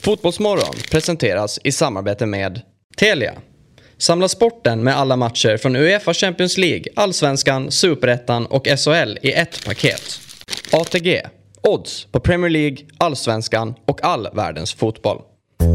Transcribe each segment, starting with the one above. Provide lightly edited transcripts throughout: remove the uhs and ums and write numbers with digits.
Fotbollsmorgon presenteras i samarbete med Telia. Samla sporten med alla matcher från UEFA Champions League, Allsvenskan, Superettan och SHL i ett paket. ATG. Odds på Premier League, Allsvenskan och all världens fotboll.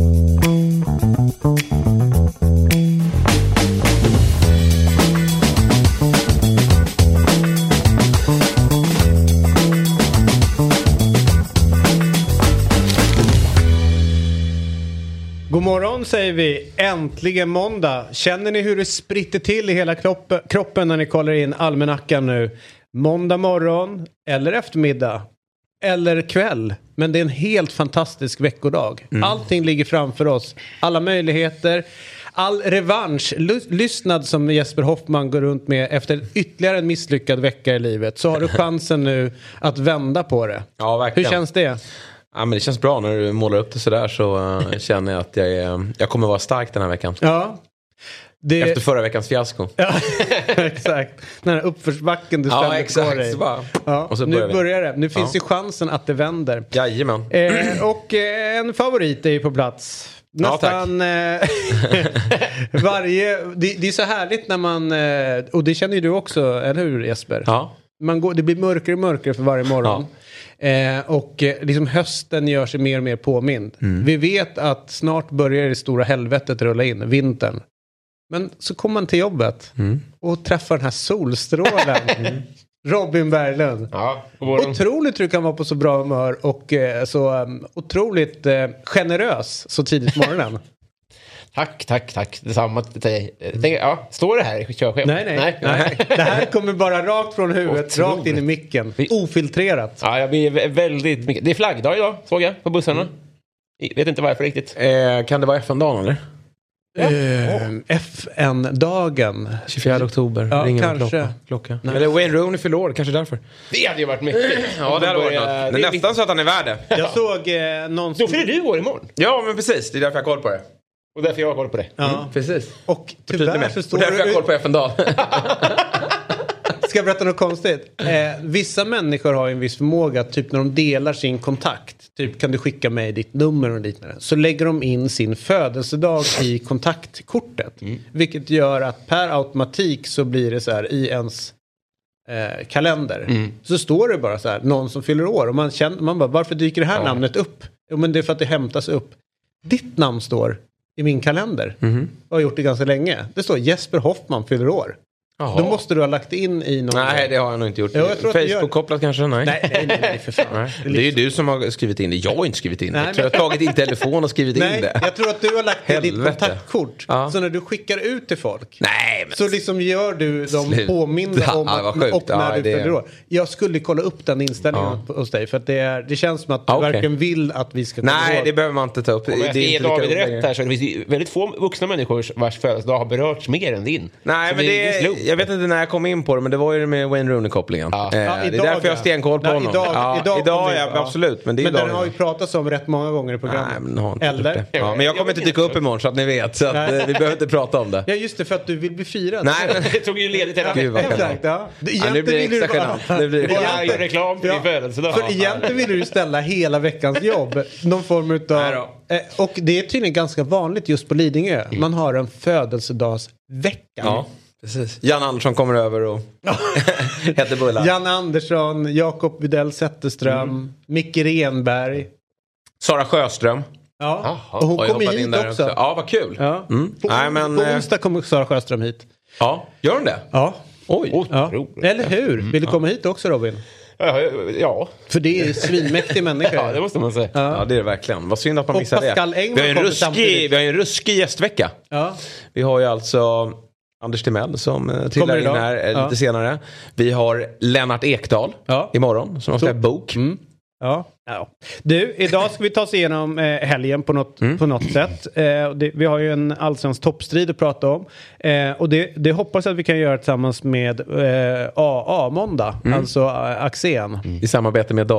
God morgon säger vi, äntligen måndag. Känner ni hur det spritter till i hela kroppen när ni kollar in almanackan nu? Måndag morgon, eller eftermiddag, eller kväll. Men det är en helt fantastisk veckodag. Allting ligger framför oss. Alla möjligheter, all revansch. Lyssnad som Jesper Hoffman går runt med efter ytterligare en misslyckad vecka i livet. Så har du chansen nu att vända på det. Ja, verkligen. Hur känns det? Ja, men det känns bra när du målar upp det sådär, så känner jag att jag kommer vara stark den här veckan. Ja. Efter förra veckans fiasko. Ja, exakt. Den här uppförsbacken du ställde på dig. Ja, och så nu börjar det. Nu finns ju chansen att det vänder. Jajamän. Och en favorit är ju på plats. Nästan varje... Det är så härligt när man... Och det känner ju du också, eller hur Jesper? Ja. Det blir mörkare och mörkare för varje morgon. Ja. Och liksom hösten gör sig mer och mer påmind. Vi vet att snart börjar det stora helvetet rulla in, vintern. Men så kommer man till jobbet och träffar den här solstrålen. Robin Berglund. Ja, otroligt hur du kan vara på så bra humör och så otroligt generös så tidigt på morgonen. Tack. Detsamma till dig. Ja, står det här i körschemat? Nej. Det här kommer bara rakt från huvudet, rakt in i micken. Ofiltrerat. Ja, jag blir väldigt mycket. Det är flaggdag idag, såg jag på bussarna. Vet inte varför riktigt. Kan det vara FN-dagen eller? FN-dagen 24 oktober. Ja, ringer kanske. klocka. Eller Wayne Rooney fyller år, kanske därför. Det hade ju varit mycket. Ja, det hade varit något. Det är nästan så att han är värd det. Jag såg någon... Då fyller du år imorgon. Ja, men precis. Det är därför jag har koll på det. Och därför jag har koll på det. Ja. Precis. Och tyvärr så står och därför jag har koll på FN-dagen. Ska jag berätta något konstigt? Vissa människor har en viss förmåga, typ när de delar sin kontakt. Typ, kan du skicka mig ditt nummer och liknande. Så lägger de in sin födelsedag i kontaktkortet. Vilket gör att per automatik så blir det så här i ens kalender. Så står det bara så här, någon som fyller år. Och man bara, varför dyker det här namnet upp? Jo, men det är för att det hämtas upp. Ditt namn står i min kalender. Och har gjort det ganska länge. Det står Jesper Hoffman fyller år. Då måste du ha lagt in i någon... Nej, det har jag nog inte gjort. Facebook-kopplat kanske? Nej, för fan. Nej. Det är ju du som har skrivit in det. Jag har inte skrivit in det. Jag har tagit in telefon och skrivit in det. Jag tror att du har lagt det i ditt kontaktkort. Så när du skickar ut till folk så liksom gör du dem påminna om att, och när du fyller år. Jag skulle kolla upp den inställningen hos dig. För att det känns som att du verkligen vill att vi ska... Nej, det behöver man inte ta upp. Det är David rätt här, så det finns väldigt få vuxna människor vars födelsedag har berörts mer än din. Nej, men det... Jag vet inte när jag kom in på det, men det var ju med Wayne Rooney-kopplingen. Det är därför jag har stenkoll på honom. Idag absolut. Men den har ju pratats om rätt många gånger i programmet. Nej, men har inte eller? Ja, men jag kommer inte dyka upp imorgon så att ni vet. Så att, vi behöver inte prata om det. Ja, just det, för att du vill bli firad. Nej, men det tog ju ledigt hela veckan. Exakt, nu blir det extra genant. Det är reklam för din födelsedag. För egentligen vill du ställa hela veckans jobb. Någon form utav... Och det är tydligen ganska vanligt just på Lidingö. Man har en födelsedagsvecka. Ja. Precis. Jan Andersson kommer över och heter Bullar. Jan Andersson, Jakob Widell Zetterström, Micke Renberg, Sara Sjöström. Ja, och hon kommer hit också. Ja, vad kul. Ja. På onsdag kommer Sara Sjöström hit. Ja, gör hon det? Ja. Oj. Ja. Eller hur? Vill du komma hit också, Robin? Ja. För det är svinmäktig människa. Ja, det måste man säga. Ja, det är det verkligen. Vad synd att man missar det. Vi har en ruskig gästvecka. Ja. Vi har ju alltså... Anders Timell som trillar in här lite senare. Vi har Lennart Ekdal imorgon som har släppt bok. Ja. Du, idag ska vi ta oss igenom helgen på något sätt. Vi har ju en allsvensk toppstrid att prata om. Och det hoppas jag att vi kan göra tillsammans med AA-måndag. Alltså Axén. I samarbete med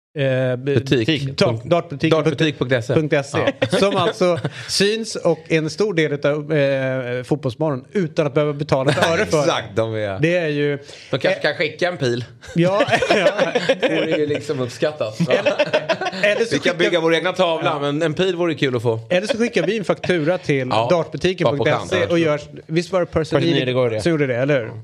Dartbutik.se som alltså syns och en stor del av fotbollsmorgon utan att behöva betala ett öre för. Exakt, det är ju... De kanske kan skicka en pil. Ja. Det är ju liksom uppskattat. Vi kan bygga vår egna tavla, men en pil vore kul att få. Eller så skickar vi en faktura till dartbutiken.se och gör... Visst var det Percy så gjorde det, eller hur?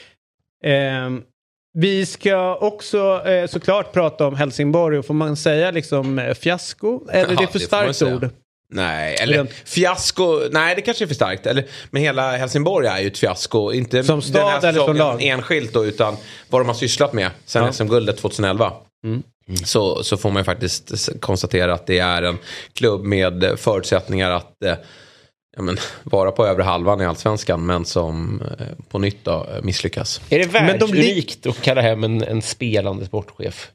Vi ska också såklart prata om Helsingborg, och får man säga liksom fiasko? Eller är det för starkt ord? Nej, eller fiasko, nej det kanske är för starkt. Men hela Helsingborg är ju ett fiasko. Inte som stad eller som lag? Enskilt då, utan vad de har sysslat med sen SM-guldet 2011. Så får man ju faktiskt konstatera att det är en klubb med förutsättningar att vara på övre halvan i Allsvenskan, men som på nytt då misslyckas. Är det världsunikt att kalla hem en spelande sportchef?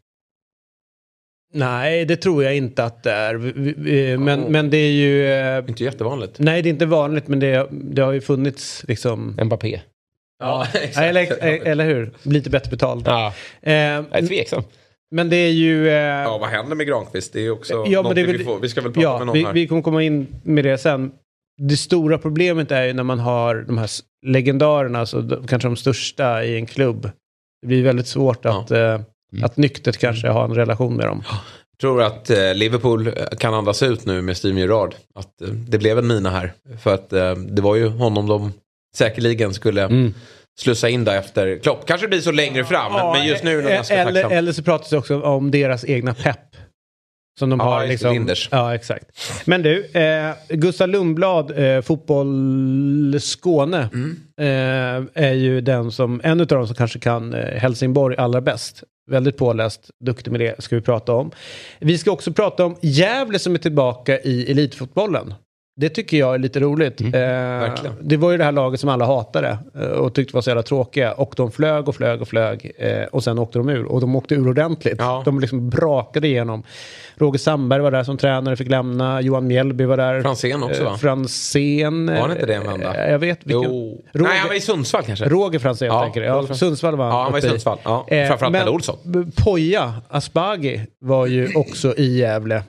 Nej, det tror jag inte att det är. Men det är ju... inte jättevanligt. Nej, det är inte vanligt, men det har ju funnits liksom... Mbappé. Ja, exakt. Eller hur? Lite bättre betalt. Ja. Jag är tveksam. Men det är ju... vad händer med Granqvist? Det är ju också vi ska väl prata med någon här. Vi kommer komma in med det sen. Det stora problemet är ju när man har de här legendarerna, alltså kanske de största i en klubb. Det blir väldigt svårt att nyktert kanske ha en relation med dem. Jag tror att Liverpool kan andas ut nu med Steven Gerrard. Att det blev en mina här. För att det var ju honom de säkerligen skulle slussa in där efter Klopp. Kanske det blir så längre fram, men just nu är det ganska tacksam. Eller så pratas det också om deras egna pepp. Som de har liksom... Linders. Ja, exakt. Men du, Gustav Lundblad, Fotboll Skåne, är ju en av dem som kanske kan Helsingborg allra bäst. Väldigt påläst, duktig med det, ska vi prata om. Vi ska också prata om Gävle som är tillbaka i elitfotbollen. Det tycker jag är lite roligt. Det var ju det här laget som alla hatade och tyckte var så jävla tråkiga. Och de flög och sen åkte de ur. Och de åkte ur ordentligt. Ja. De liksom brakade igenom. Roger Sandberg var där som tränare, fick lämna. Johan Mjällby var där. Fransén också, va? Fransén. Var han inte det en vända? Jag vet vilken. Nej, han var i Sundsvall kanske. Roger Fransén, tänker jag. Ja, Sundsvall var han. Ja, han var i Sundsvall. Ja, framförallt Pelle Olsson. Poja Asbaghi var ju också i Gävle.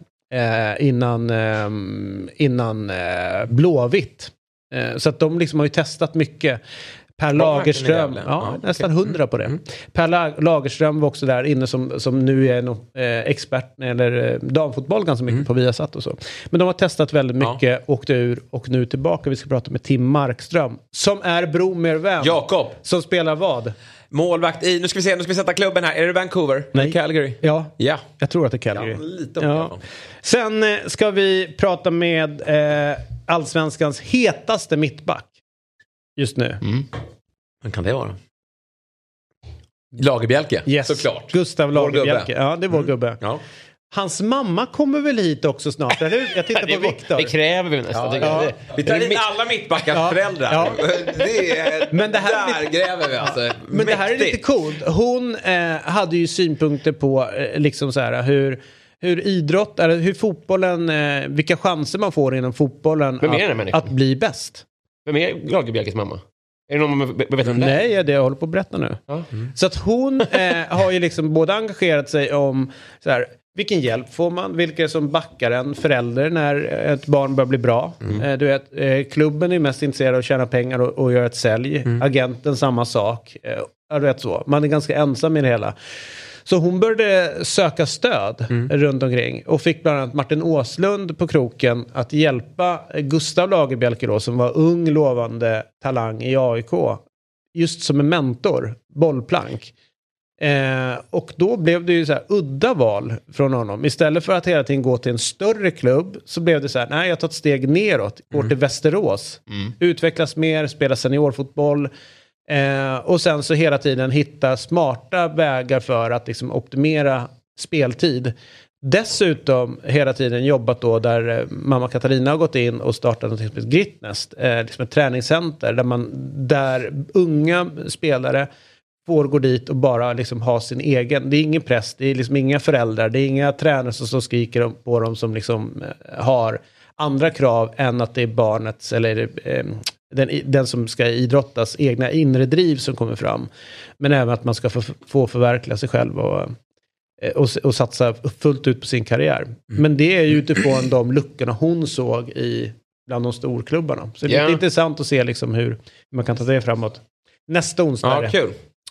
Innan Blåvitt. Så att de liksom har ju testat mycket. Per Lagerström, nästan 100 på det. Per Lagerström var också där inne som nu är expert eller damfotboll ganska mycket på Viasat och så. Men de har testat väldigt mycket, åkte ur och nu tillbaka. Vi ska prata med Tim Markström som är Bromervän. Jakob. Som spelar vad? Målvakt i, nu ska vi sätta klubben här. Är det Vancouver? Nej. Calgary? Ja, jag tror att det är Calgary. Ja, lite Sen ska vi prata med Allsvenskans hetaste mittback just nu. Vad kan det vara? Lagerbjälke, såklart. Gustav Lagerbjälke. Ja, det är vår gubbe. Ja. Hans mamma kommer väl hit också snart, eller hur? Jag tittar på Viktor. Det kräver vi nästan. Vi tar in alla mittbackars föräldrar. Ja. Men det här gräver vi alltså. Men det här är lite coolt. Hon hade ju synpunkter på liksom så här, hur idrott, eller hur fotbollen, vilka chanser man får inom fotbollen att bli bäst. Vem är Lagerbjälkes mamma? Är det någon man vet om det? Nej, det jag håller på att berätta nu. Så att hon har ju liksom både engagerat sig om så här, vilken hjälp får man? Vilka som backar en förälder när ett barn börjar bli bra? Du vet, klubben är mest intresserad av att tjäna pengar och göra ett sälj. Agenten samma sak. Du vet så. Man är ganska ensam i det hela. Så hon började söka stöd runt omkring och fick bland annat Martin Åslund på kroken att hjälpa Gustav Lagerbjälke då, som var ung lovande talang i AIK, just som en mentor, bollplank. Och då blev det ju så här udda val från honom. Istället för att hela tiden gå till en större klubb så blev det så här, nej, jag tar ett steg neråt, går till Västerås, utvecklas mer, spelar seniorfotboll. Och sen så hela tiden hitta smarta vägar för att liksom optimera speltid. Dessutom hela tiden jobbat då där mamma Katarina har gått in och startat något som heter Gritnest, liksom ett träningscenter där unga spelare får gå dit och bara liksom ha sin egen. Det är ingen press, det är liksom inga föräldrar, det är inga tränare som skriker på dem som liksom har andra krav än att det är barnets eller den som ska idrottas egna inre driv som kommer fram. Men även att man ska få förverkliga sig själv och satsa fullt ut på sin karriär. Men det är ju utifrån de luckorna hon såg bland de storklubbarna. Så det är lite intressant att se liksom hur man kan ta det framåt. Nästa onsdag. Ja, kul.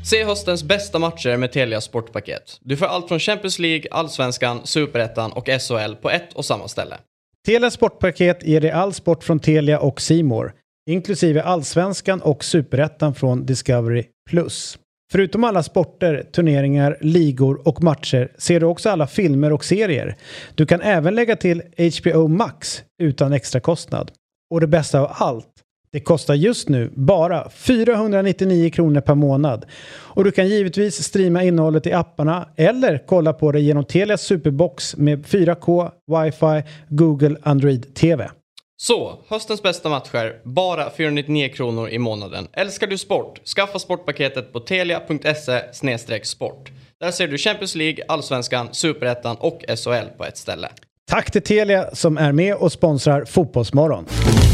Se höstens bästa matcher med Telia Sportpaket. Du får allt från Champions League, Allsvenskan, Superettan och SHL på ett och samma ställe. Telia Sportpaket ger dig all sport från Telia och C More, inklusive Allsvenskan och Superettan från Discovery+. Förutom alla sporter, turneringar, ligor och matcher ser du också alla filmer och serier. Du kan även lägga till HBO Max utan extra kostnad. Och det bästa av allt, det kostar just nu bara 499 kronor per månad. Och du kan givetvis streama innehållet i apparna eller kolla på det genom Telias Superbox med 4K, Wi-Fi, Google Android TV. Så, höstens bästa matcher, bara 499 kronor i månaden. Älskar du sport? Skaffa sportpaketet på telia.se/sport. Där ser du Champions League, Allsvenskan, Superettan och SHL på ett ställe. Tack till Telia som är med och sponsrar Fotbollsmorgon.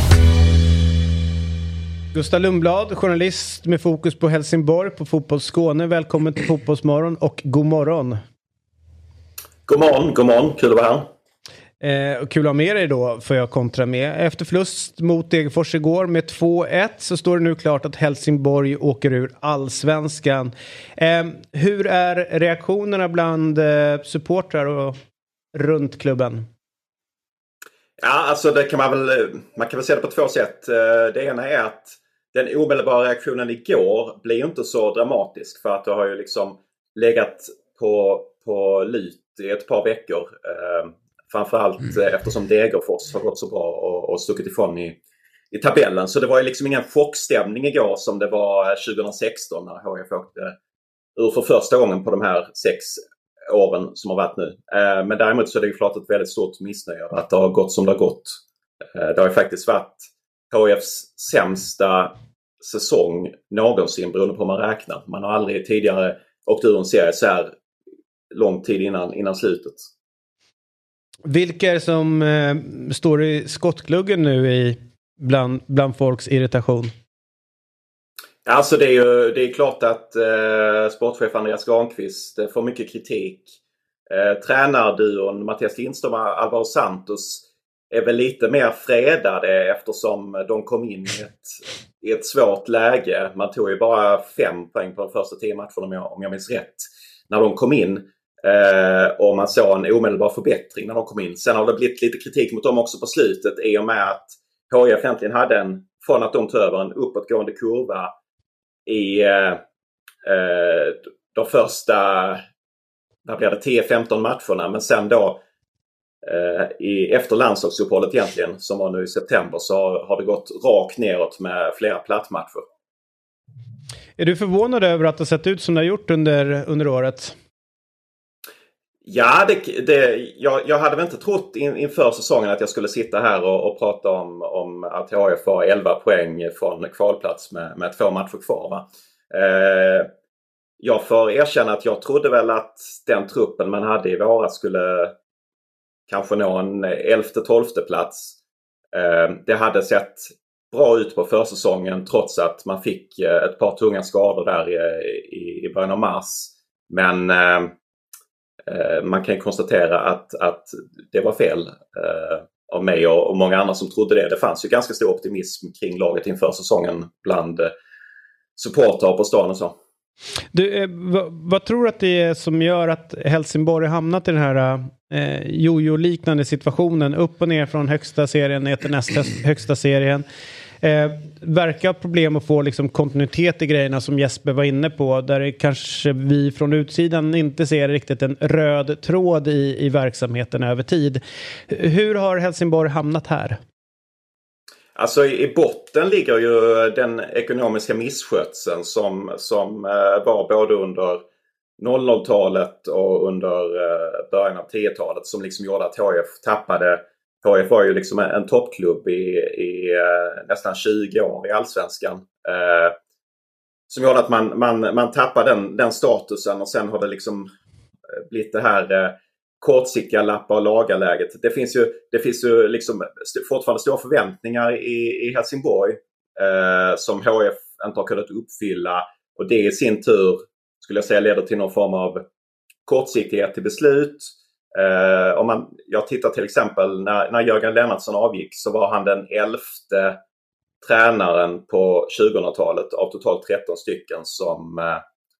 Gustav Lundblad, journalist med fokus på Helsingborg på Fotbollsskåne. Välkommen till Fotbollsmorgon och god morgon. God morgon. Kul att vara här. Kul att ha med dig då, för jag kontra med. Efter förlust mot Degerfors igår med 2-1 så står det nu klart att Helsingborg åker ur Allsvenskan. Hur är reaktionerna bland supportrar och runt klubben? Ja, alltså man kan väl se det på två sätt. Det ena är att den omedelbara reaktionen igår blir inte så dramatisk, för att det har ju liksom legat på lut i ett par veckor. Framförallt eftersom Degerfors har gått så bra och stuckit ifrån i tabellen. Så det var ju liksom ingen chockstämning igår som det var 2016 när HIF åkte ur för första gången på de här 6 åren som har varit nu. Men däremot så är det ju klart ett väldigt stort missnöje att det har gått som det har gått. Det har ju faktiskt varit HIFs sämsta säsong någonsin, beroende på hur man räknar. Man har aldrig tidigare åkt ur en serie så här lång tid innan slutet. Vilka är det som står i skottgluggen nu bland folks irritation? Alltså det är klart att sportchef Andreas Granqvist får mycket kritik. Tränarduon Mattias Lindström och Alvaro Santos är väl lite mer fredade eftersom de kom in i ett svårt läge. Man tog ju bara 5 poäng på de första 10 matcherna om jag minns rätt när de kom in. Och man såg en omedelbar förbättring när de kom in. Sen har det blivit lite kritik mot dem också på slutet i och med att HIF egentligen hade från att de tog över en uppåtgående kurva i de första 10-15 matcherna. Men sen då efter landslagsuppehållet egentligen, som var nu i september, så har det gått rakt neråt med flera plattmatcher. Är du förvånad över att det sett ut som det har gjort under året? Ja, jag hade väl inte trott inför säsongen att jag skulle sitta här och prata om att HIF har 11 poäng från kvalplats med 2 matcher kvar. Va? Jag får erkänna att jag trodde väl att den truppen man hade i våras skulle kanske nå en 11-12 plats. Det hade sett bra ut på försäsongen trots att man fick ett par tunga skador där i början av mars. Men man kan konstatera att det var fel av mig och många andra som trodde det. Det fanns ju ganska stor optimism kring laget inför säsongen bland supportrar på stan och så. Du, vad tror du att det är som gör att Helsingborg hamnat i den här jojo-liknande situationen? Upp och ner från högsta serien ner till nästa högsta serien. Verkar problem att få liksom kontinuitet i grejerna som Jesper var inne på, där det kanske vi från utsidan inte ser riktigt en röd tråd i verksamheten över tid. Hur har Helsingborg hamnat här? Alltså i botten ligger ju den ekonomiska misskötseln som var både under 00-talet och under början av 10-talet, som liksom gjorde att HIF tappade. HIF var ju liksom en toppklubb i nästan 20 år i Allsvenskan. Som gjorde att man tappade den statusen, och sen har det liksom blivit det här kortsiktiga lappa och laga-läget. Det finns ju liksom fortfarande stora förväntningar i Helsingborg som HIF inte har kunnat uppfylla, och det i sin tur skulle jag säga leder till någon form av kortsiktighet till beslut. Jag tittar till exempel när Jörgen Lennartsson avgick, så var han den 11:e tränaren på 2000-talet av totalt 13 stycken som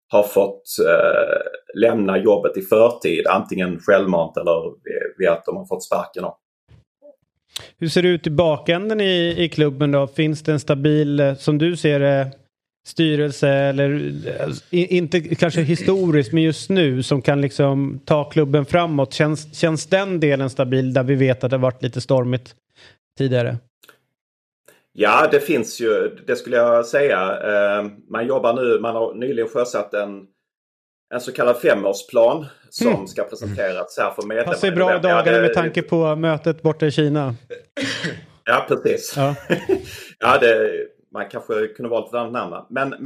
har fått lämna jobbet i förtid, antingen självmant eller via att de har fått sparken. Hur ser det ut i bakänden i klubben då? Finns det en stabil, som du ser det, styrelse eller inte kanske historiskt men just nu som kan liksom ta klubben framåt? Känns den delen stabil där vi vet att det har varit lite stormigt tidigare? Ja, det finns ju, det skulle jag säga. Man jobbar nu, man har nyligen sjösatt en så kallad 5-årsplan som ska presenteras här för medlemmar. Passar bra dagar med tanke på mötet borta i Kina. Ja, precis. Ja. Ja, man kanske kunde valt ett annat namn.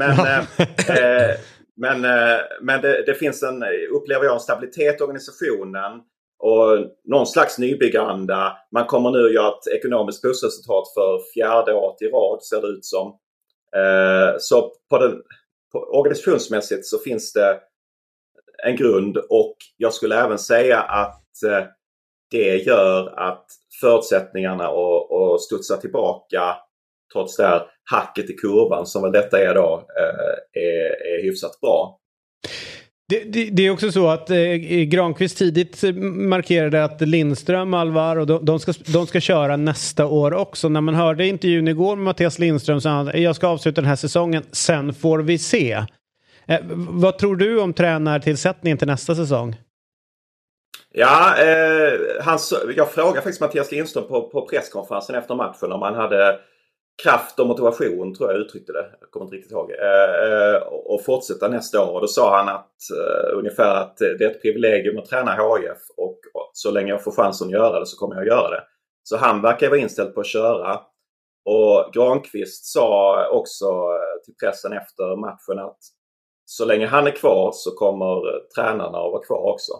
Men det finns upplever jag, en stabilitet i organisationen och någon slags nybyggaranda. Man kommer nu att göra ett ekonomiskt plusresultat för 4:e året i rad, ser det ut som. Så på organisationsmässigt så finns det en grund, och jag skulle även säga att det gör att förutsättningarna att studsa tillbaka trots det här hacket i kurvan som väl detta är då är hyfsat bra. Det är också så att Granqvist tidigt markerade att Lindström, Alvar och de ska köra nästa år också. När man hörde intervjun igår med Mattias Lindström så sa han, jag ska avsluta den här säsongen, sen får vi se. Vad tror du om tränartillsättningen till nästa säsong? Ja, jag frågade faktiskt Mattias Lindström på presskonferensen efter matchen om han hade kraft och motivation, tror jag uttryckte det. Jag kommer inte riktigt ihåg. Och fortsätta nästa år. Och då sa han att ungefär att det är ett privilegium att träna HIF och så länge jag får chansen att göra det så kommer jag att göra det. Så han verkar vara inställd på att köra. Och Granqvist sa också till pressen efter matchen att så länge han är kvar så kommer tränarna att vara kvar också.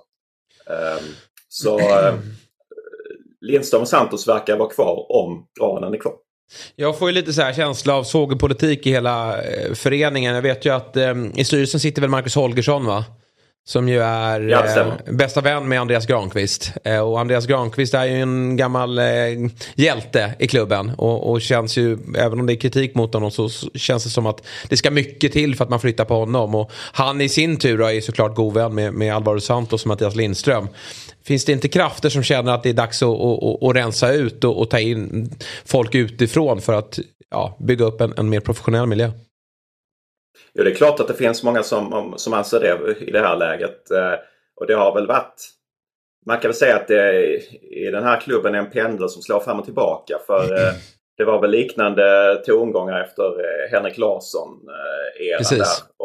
Lindström och Santos verkar vara kvar om Granen är kvar. Jag får ju lite så här känsla av svågerpolitik i hela föreningen. Jag vet ju att i styrelsen sitter väl Marcus Holgersson, va? Som ju är bästa vän med Andreas Granqvist. Och Andreas Granqvist är ju en gammal hjälte i klubben. Och känns ju, även om det är kritik mot honom, så känns det som att det ska mycket till för att man flyttar på honom. Och han i sin tur är ju såklart god vän med Alvaro Santos och Mattias Lindström. Finns det inte krafter som känner att det är dags att rensa ut och ta in folk utifrån för att bygga upp en mer professionell miljö? Jo, det är klart att det finns många som anser det i det här läget. Och det har väl varit... Man kan väl säga att det i den här klubben är en pendel som slår fram och tillbaka. För det var väl liknande tongångar efter Henrik Larsson eran där.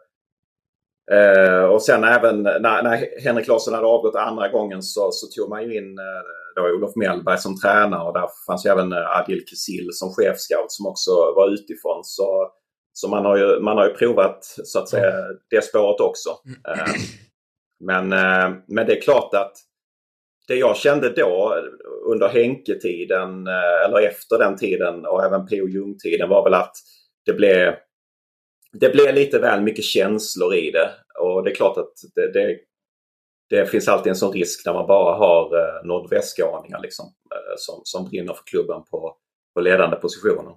Och sen även när Henrik Larsson hade avgått andra gången så tog man ju in då Olof Mellberg som tränare. Och där fanns ju även Adil Kisil som chefscout som också var utifrån. Så man har ju provat så att säga det spåret också. Men det är klart att det jag kände då under Henke-tiden eller efter den tiden och även P.O. Ljung-tiden var väl att det blev lite väl mycket känslor i det. Och det är klart att det finns alltid en sån risk när man bara har nordvästskåningar liksom, som brinner för klubben på ledande positioner.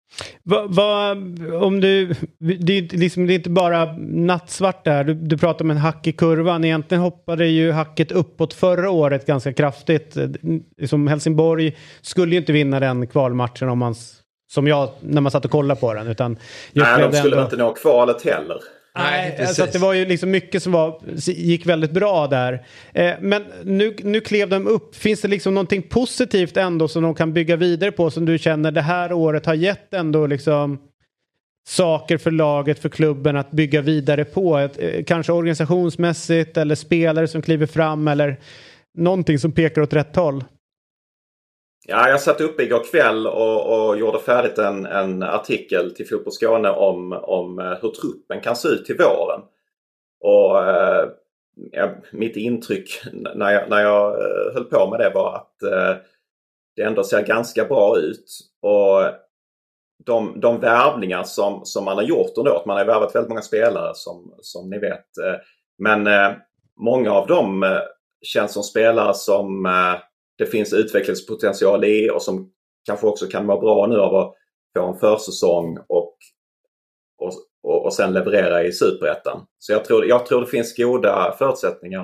Det är inte bara nattsvart där. Du pratar om en hack i kurvan. Egentligen hoppade ju hacket uppåt förra året ganska kraftigt. Som Helsingborg skulle ju inte vinna den kvalmatchen om man, när man satt och kollade på den. Utan nej, de skulle inte nå kvalet heller. Nej, så att det var ju liksom mycket som gick väldigt bra där. Men nu klev de upp. Finns det liksom någonting positivt ändå som de kan bygga vidare på, som du känner det här året har gett ändå liksom saker för laget, för klubben att bygga vidare på? Kanske organisationsmässigt eller spelare som kliver fram eller någonting som pekar åt rätt håll? Ja, jag satt uppe igår kväll och gjorde färdigt en artikel till Fotboll Skåne om hur truppen kan se ut till våren. Och mitt intryck när jag höll på med det var att det ändå ser ganska bra ut. Och de värvningar som man har gjort under året, man har värvat väldigt många spelare som ni vet. Men många av dem känns som spelare som... det finns utvecklingspotential i och som kanske också kan vara bra nu av att få en försäsong och och sen leverera i Superettan. Så jag tror det finns goda förutsättningar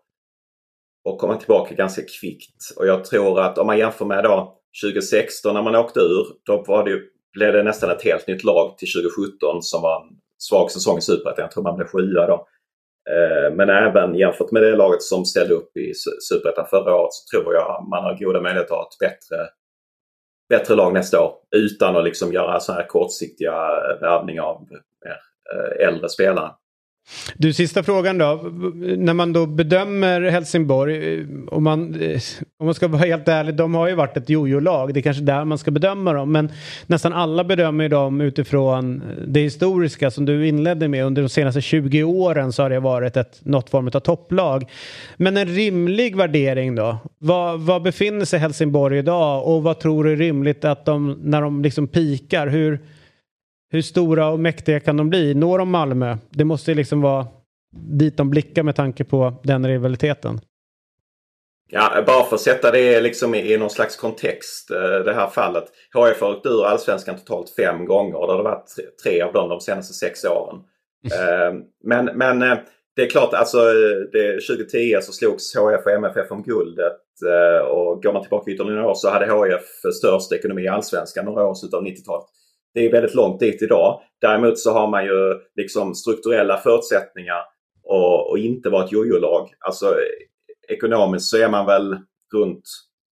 att komma tillbaka ganska kvickt. Och jag tror att om man jämför med då 2016 när man åkte ur, då blev det nästan ett helt nytt lag till 2017 som var en svag säsong i Superettan. Jag tror man blev 7 då. Men även jämfört med det laget som ställde upp i Superettan förra året så tror jag man har goda möjligheter att ha ett bättre lag nästa år utan att liksom göra så här kortsiktiga värvningar av äldre spelare. Du, sista frågan då. När man då bedömer Helsingborg, om man ska vara helt ärlig, de har ju varit ett jojo-lag. Det är kanske där man ska bedöma dem. Men nästan alla bedömer dem utifrån det historiska som du inledde med. Under de senaste 20 åren så har det varit något form av topplag. Men en rimlig värdering då? Vad befinner sig Helsingborg idag? Och vad tror du är rimligt att när de liksom pikar, hur stora och mäktiga kan de bli? Når de Malmö? Det måste liksom vara dit de blickar med tanke på den rivaliteten. Ja, bara för att sätta det liksom i någon slags kontext. Det här fallet. HIF har åkt ur Allsvenskan totalt 5 gånger. Och det har varit 3 av dem de senaste 6 åren. Men det är klart, alltså 2010 så slogs HIF och MFF om guldet. Och går man tillbaka ytterligare några år så hade HIF störst ekonomi i Allsvenskan några år av 90-talet. Det är väldigt långt dit idag. Däremot så har man ju liksom strukturella förutsättningar och inte vara ett jojo-lag. Alltså ekonomiskt så är man väl runt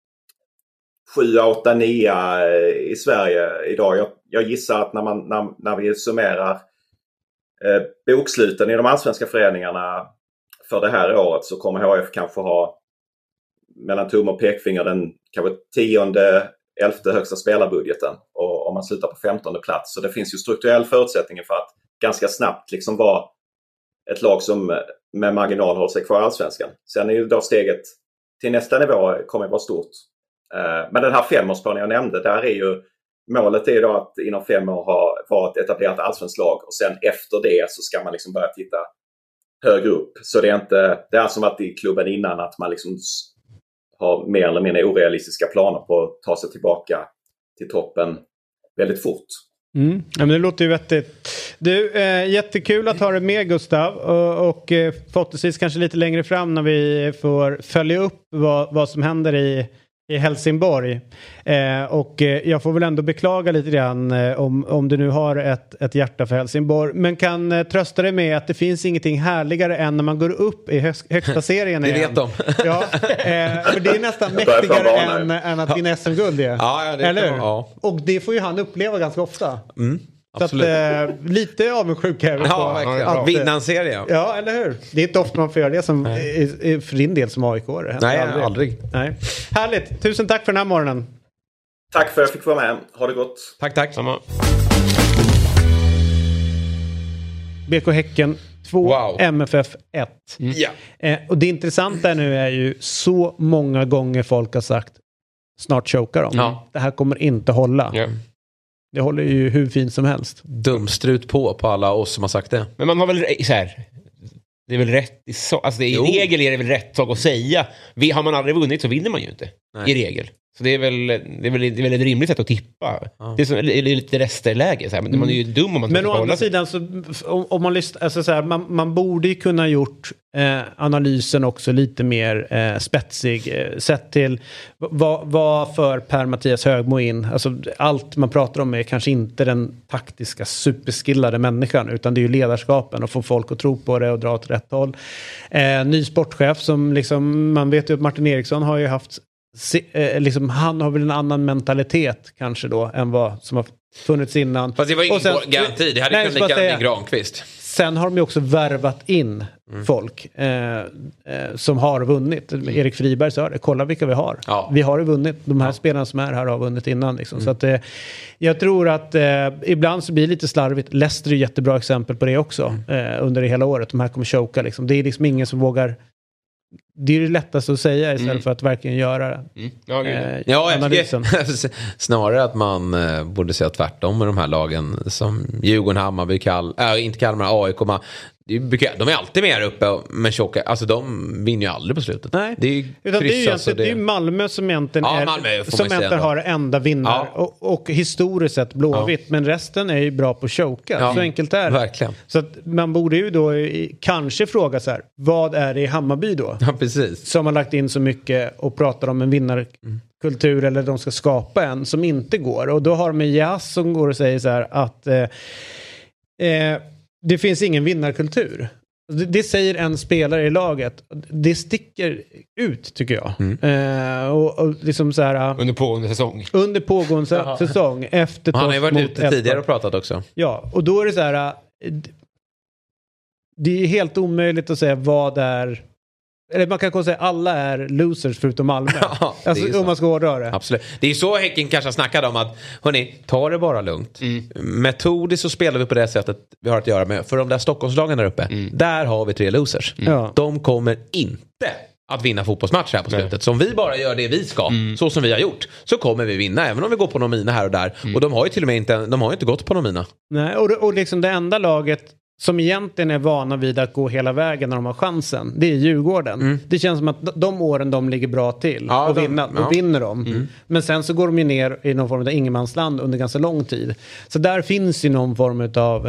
7, 8, 9 i Sverige idag. Jag gissar att när vi summerar boksluten i de allsvenska föreningarna för det här året så kommer HF kanske ha mellan tum och pekfinger den kanske 10:e, 11:e högsta spelarbudgeten och om man slutar på 15:e plats. Så det finns ju strukturell förutsättning för att ganska snabbt liksom vara ett lag som med marginal håller sig kvar i Allsvenskan. Sen är ju då steget till nästa nivå kommer vara stort. Men den här 5-årsplanen jag nämnde, där är ju målet är då att inom 5 år ha ett etablerat allsvenskt lag och sen efter det så ska man liksom börja titta högre upp. Så det är som att i klubben innan att man liksom har mer eller mindre orealistiska planer på att ta sig tillbaka till toppen väldigt fort. Ja, men det låter ju vettigt. Du, jättekul att ha dig med, Gustav, och förhoppningsvis kanske lite längre fram när vi får följa upp vad som händer i Helsingborg. Och jag får väl ändå beklaga lite grann om du nu har ett hjärta för Helsingborg. Men kan trösta dig med att det finns ingenting härligare än när man går upp i högsta serien igen. Det vet de. Ja, för det är nästan mäktigare än att vinna SM-guld. Ja, det eller? Ja. Och det får ju han uppleva ganska ofta. Så att, lite avundsjuk är vi på. Vinna en serie. Ja, eller hur? Det är inte ofta man får göra det som för din del som AIK-are. Nej, aldrig. Nej. Härligt. Tusen tack för den här morgonen. Tack för att jag fick vara med. Ha det gott. Tack. Samma. BK Häcken 2, wow. MFF 1. Ja. Och det intressanta nu är ju så många gånger folk har sagt snart chokar de. Ja. Det här kommer inte hålla. Ja. Det håller ju hur fint som helst. Dumstrut på alla oss som har sagt det. Men man har väl så här, det är väl rätt alltså i regel är det väl rätt sak att säga. Har man aldrig vunnit så vinner man ju inte. Nej. I regel. Så det är väl ett rimligt sätt att tippa. Ja. Det är lite resterläge så här, men man är ju dum om man men å andra sidan så om man lyssnar, alltså så här, man borde ju kunna gjort analysen också lite mer spetsig sett till vad för Per Mattias Högmo in. Alltså allt man pratar om är kanske inte den taktiska superskillade människan, utan det är ju ledarskapen och få folk att tro på det och dra åt rätt håll. Ny sportchef som liksom, man vet ju att Martin Eriksson har ju haft liksom, han har väl en annan mentalitet kanske då än vad som har funnits innan. Fast det var ingen garanti. Det hade kunnat lika gärna Granqvist. Sen har de ju också värvat in folk som har vunnit. Erik Friberg sa det. Kolla vilka vi har. Ja. Vi har ju vunnit. De här spelarna som är här har vunnit innan. Liksom. Så att, jag tror att ibland så blir det lite slarvigt. Leicester är ett jättebra exempel på det också. Under det hela året. De här kommer choka. Liksom. Det är liksom ingen som vågar. Det är det lättaste att säga istället för att verkligen göra det. Jag tycker snarare att man borde säga tvärtom med de här lagen som Djurgården, Hammarby, inte Kalmar, AIK. de är alltid med här uppe med tjocka. Alltså de vinner ju aldrig på slutet. Nej. Det är ju det är Malmö som egentligen, har enda vinnare. Ja. Och historiskt sett Blåvitt. Ja. Men resten är ju bra på choka. Ja. Så enkelt är det. Verkligen. Så att man borde ju då kanske fråga så här. Vad är det i Hammarby då? Ja, precis. Som har lagt in så mycket och pratar om en vinnarkultur. Eller de ska skapa en som inte går. Och då har de en jazz som går och säger så här att det finns ingen vinnarkultur. Det säger en spelare i laget. Det sticker ut, tycker jag. Och liksom så här, under pågående säsong. Under pågående säsong. Efter han har ju varit ute tidigare och pratat också. Ja, och då är det så här. Det är helt omöjligt att säga vad är. Eller man kan säga att alla är losers förutom Malmö. Ja, alltså, om man ska hårdra det. Absolut. Det är så Häcken kanske har snackat om att hörni, ta det bara lugnt. Metodiskt så spelar vi på det sättet vi har att göra med. För de där Stockholmslagen där uppe, där har vi 3 losers. De kommer inte att vinna fotbollsmatcher här på slutet. Så om vi bara gör det vi ska, så som vi har gjort, så kommer vi vinna. Även om vi går på nomina här och där. Och de har ju till och med inte gått på nomina. Nej, och liksom det enda laget som egentligen är vana vid att gå hela vägen när de har chansen, det är Djurgården. Det känns som att de åren de ligger bra till och vinner de. Men sen så går de ju ner i någon form av ingenmansland under ganska lång tid. Så där finns ju någon form av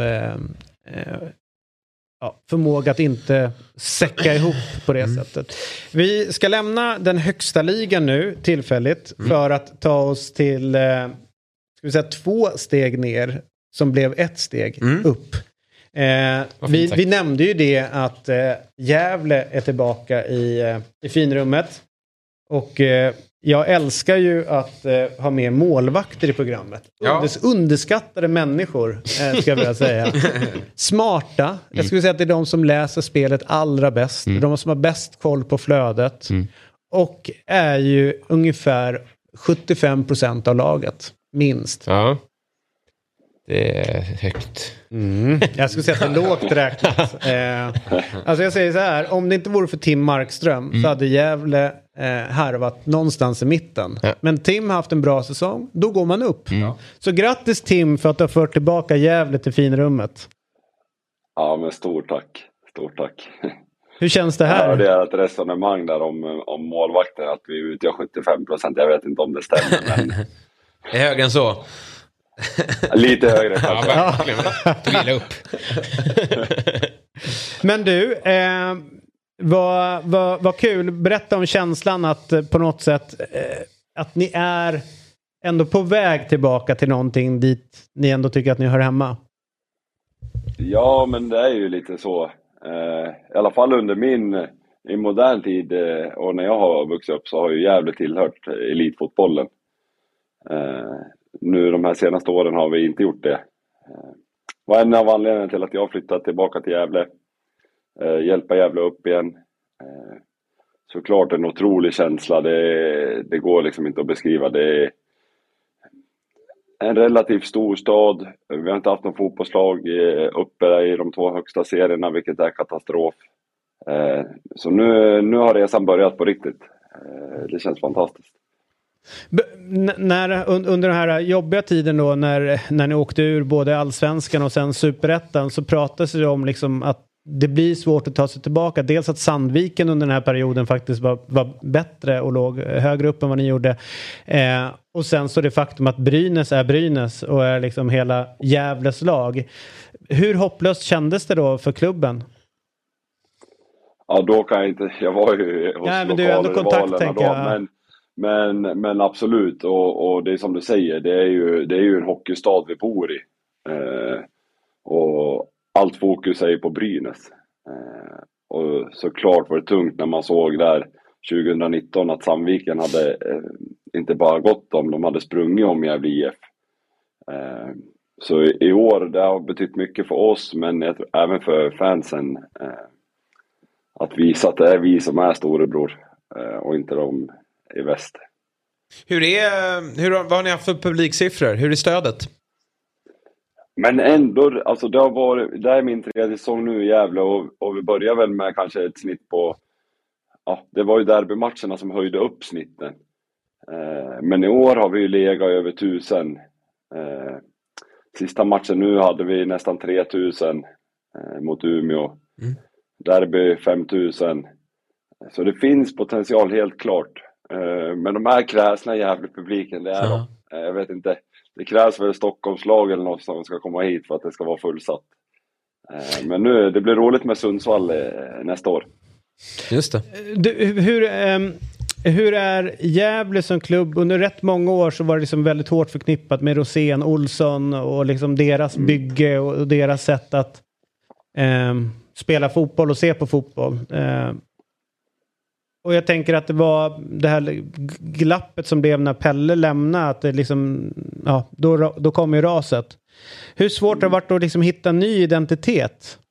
förmåga att inte säcka ihop på det sättet. Vi ska lämna den högsta ligan nu tillfälligt för att ta oss till 2 steg ner som blev 1 steg upp. Vi nämnde ju det att Gävle är tillbaka i finrummet och jag älskar ju att ha med målvakter i programmet. Underskattade människor ska jag vilja säga. Smarta. Jag skulle säga att det är de som läser spelet allra bäst. De som har bäst koll på flödet och är ju ungefär 75% av laget minst. Ja. Det är högt. Jag skulle säga att det är lågt räknat. Alltså jag säger så här. Om det inte vore för Tim Markström så hade Gävle harvat någonstans i mitten. Men Tim har haft en bra säsong. Då går man upp. Så grattis Tim för att du har fört tillbaka Gävle till finrummet. Ja, men stort tack. Stort tack. Hur känns det här? Det är ett resonemang där om målvakter. Att vi utgör 75%. Jag vet inte om det stämmer. Men... är högre än så? Lite högre kanske. Ja, verkligen. Du gillar upp. Men du, vad kul. Berätta om känslan att på något sätt att ni är ändå på väg tillbaka till någonting dit ni ändå tycker att ni hör hemma. Ja, men det är ju lite så. I alla fall under i modern tid och när jag har vuxit upp så har ju Gävle tillhört elitfotbollen. Nu de här senaste åren har vi inte gjort det. Var en av anledningarna till att jag flyttat tillbaka till Gävle. Hjälpa Gävle upp igen. Såklart en otrolig känsla. Det går liksom inte att beskriva. Det är en relativt stor stad. Vi har inte haft någon fotbollslag uppe i de 2 högsta serierna, vilket är katastrof. Så nu har resan börjat på riktigt. Det känns fantastiskt. Under den här jobbiga tiden då när ni åkte ur både Allsvenskan och sen Superettan så pratades det om liksom att det blir svårt att ta sig tillbaka. Dels att Sandviken under den här perioden faktiskt var bättre och låg högre upp än vad ni gjorde. Och sen så det faktum att Brynäs är Brynäs och är liksom hela Gävles lag. Hur hopplöst kändes det då för klubben? Ja, då kan jag inte. Jag var ju hos men du är ändå kontakt, tänker jag. Men absolut, och det är som du säger, det är ju en hockeystad vi bor i. Och allt fokus är ju på Brynäs. Och såklart var det tungt när man såg där 2019 att Sandviken hade inte bara gått om, de hade sprungit om Gävle IF. Så i år, det har betytt mycket för oss, men även för fansen. Att visa att det är vi som är storebror och inte de i väst. Vad har ni haft för publiksiffror? Hur är stödet? Men ändå, alltså det är min 3:e säsong nu i Gävle och vi börjar väl med kanske ett snitt på, det var ju derbymatcherna som höjde upp snitten. Men i år har vi ju legat över 1000. Sista matchen nu hade vi nästan 3000 mot Umeå. Derby 5000. Så det finns potential helt klart. Men de här kräsna jävla publiken, det är jag vet inte. Det krävs väl Stockholmslag eller något som ska komma hit för att det ska vara fullsatt. Men nu, det blir roligt med Sundsvall nästa år. Just det. Hur är Gävle som klubb? Under rätt många år så var det liksom väldigt hårt förknippat med Rosén, Olsson och liksom deras bygge och deras sätt att spela fotboll och se på fotboll. Och jag tänker att det var det här glappet som blev när Pelle lämnade, att det liksom, då kom ju raset. Hur svårt har det varit att liksom hitta en ny identitet?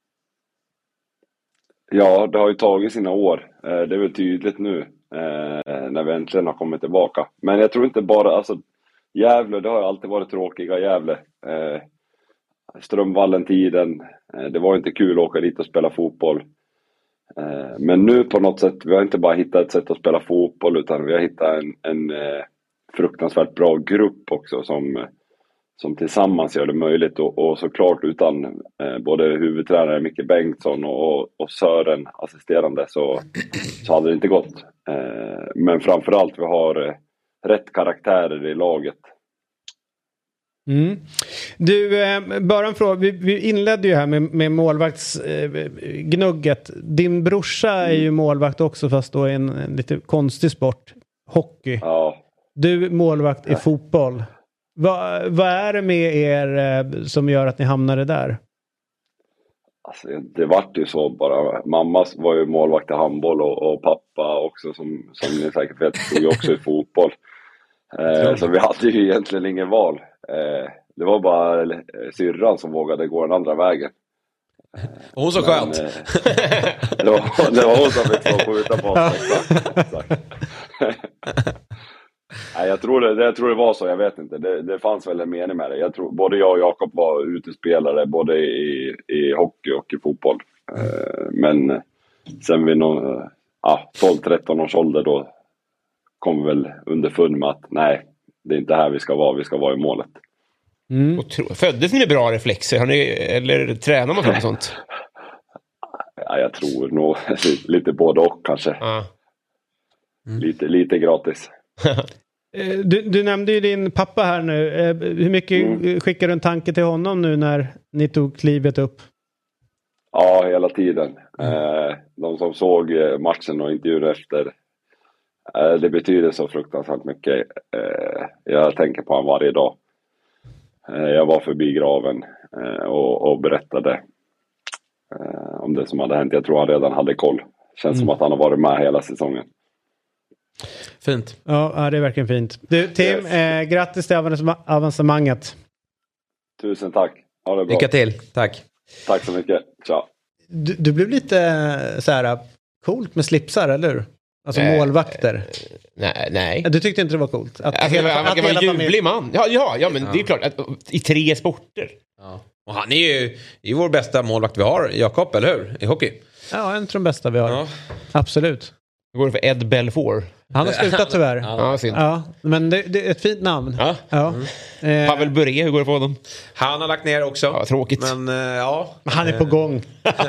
Ja, det har ju tagit sina år. Det är väl tydligt nu när vi äntligen har kommit tillbaka. Men jag tror inte bara, alltså Gävle, det har alltid varit tråkiga Gävle. Strömvallen-tiden, det var inte kul att åka dit och spela fotboll. Men nu på något sätt, vi har inte bara hittat ett sätt att spela fotboll, utan vi har hittat en fruktansvärt bra grupp också som tillsammans gör det möjligt. Och såklart utan både huvudtränare Micke Bengtsson och Sören assisterande så hade det inte gått. Men framförallt vi har rätt karaktärer i laget. Du, bara en fråga. Vi inledde ju här med målvaktsgnugget. Din brorsa är ju målvakt också, fast då i en lite konstig sport. Hockey. Ja. Du målvakt i fotboll. Vad är det med er som gör att ni hamnade där? Alltså, det vart ju så bara. Mamma var ju målvakt i handboll och pappa också, som ni säkert vet, stod ju också i fotboll. Så vi hade ju egentligen ingen val. Det var bara syrran som vågade gå den andra vägen. Och hon så skönt. Det var hon som fick stå på utanpå. Exakt. Nej, jag tror det var så, jag vet inte. Det fanns väl en mening med det. Jag tror både jag och Jakob var utespelare både i hockey och i fotboll. Men sen vid 12-13 års ålder då kom väl underfund med att nej, det är inte här vi ska vara i målet. Föddes ni med bra reflexer? Har ni, eller tränar man för sånt? Ja, jag tror nog lite både och kanske. Lite gratis. Du nämnde ju din pappa här nu. Hur mycket skickar du en tanke till honom nu när ni tog klivet upp? Ja, hela tiden. De som såg matchen och intervjun efter, det betyder så fruktansvärt mycket. Jag tänker på honom varje dag. Jag var förbi graven och berättade om det som hade hänt. Jag tror han redan hade koll. Känns som att han har varit med hela säsongen. Fint. Ja, det är verkligen fint. Du, Tim, grattis till avancemanget. Tusen tack. Ha det bra. Lycka till. Tack. Tack så mycket. Ciao. Du blev lite så här coolt med slipsar, eller hur? Alltså målvakter. Nej. Du tyckte inte det var coolt? Att han var en ljuvlig man. Ja, men det är klart. Att, i 3 sporter. Ja. Och han är ju vår bästa målvakt vi har, Jakob, eller hur? I hockey. Ja, en av de bästa vi har. Ja. Absolut. Det går för Ed Belfour. Han har slutat tyvärr. Ja, men det är ett fint namn. Ja. Pavel Bure, hur går det för honom? Han har lagt ner också. Ja, tråkigt. Men han är på gång.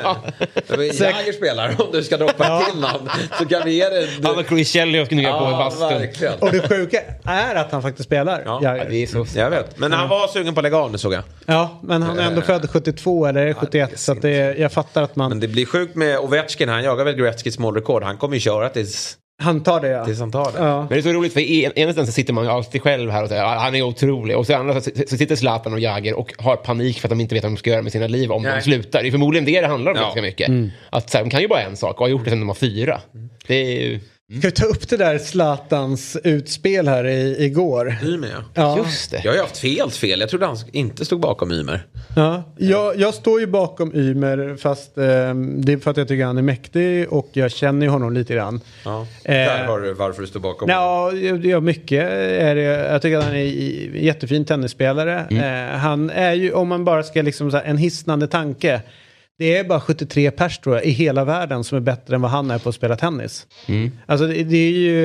Jäger spelar, om du ska droppa till namn. Så kan vi ge det. Han och Chris Shelley ska nya på bastun. Verkligen. Och det sjuka är att han faktiskt spelar. Ja, det är så. Jag vet. Men han var sugen på att lägga av nu, såg jag. Ja, men han är ändå född 72 eller 71. Så att jag fattar att man... Men det blir sjukt med Ovechkin. Han jagar väl Gretzkys målrekord. Han kommer ju köra tills... Han tar det, ja. Tills han tar det. Ja. Men det är så roligt, för ena så sitter man alltid själv här och säger han är otrolig. Och så andra så sitter Zlatan och Jäger och har panik för att de inte vet vad de ska göra med sina liv om de slutar. Det är förmodligen det handlar om ganska mycket. Att så här, de kan ju bara en sak och har gjort det sedan de var 4. Det är ju... Ska vi ta upp det där Zlatans utspel här igår? Ymer, ja. Just det. Jag har ju haft fel. Jag trodde han inte stod bakom Ymer. Ja, jag står ju bakom Ymer, fast det är för att jag tycker han är mäktig och jag känner ju honom lite grann. Ja. Där har du varför du står bakom honom. Ja, mycket är det. Jag tycker att han är en jättefin tennisspelare. Han är ju, om man bara ska liksom så här, en hisnande tanke. Det är bara 73 pers tror jag i hela världen som är bättre än vad han är på att spela tennis. Alltså det är ju...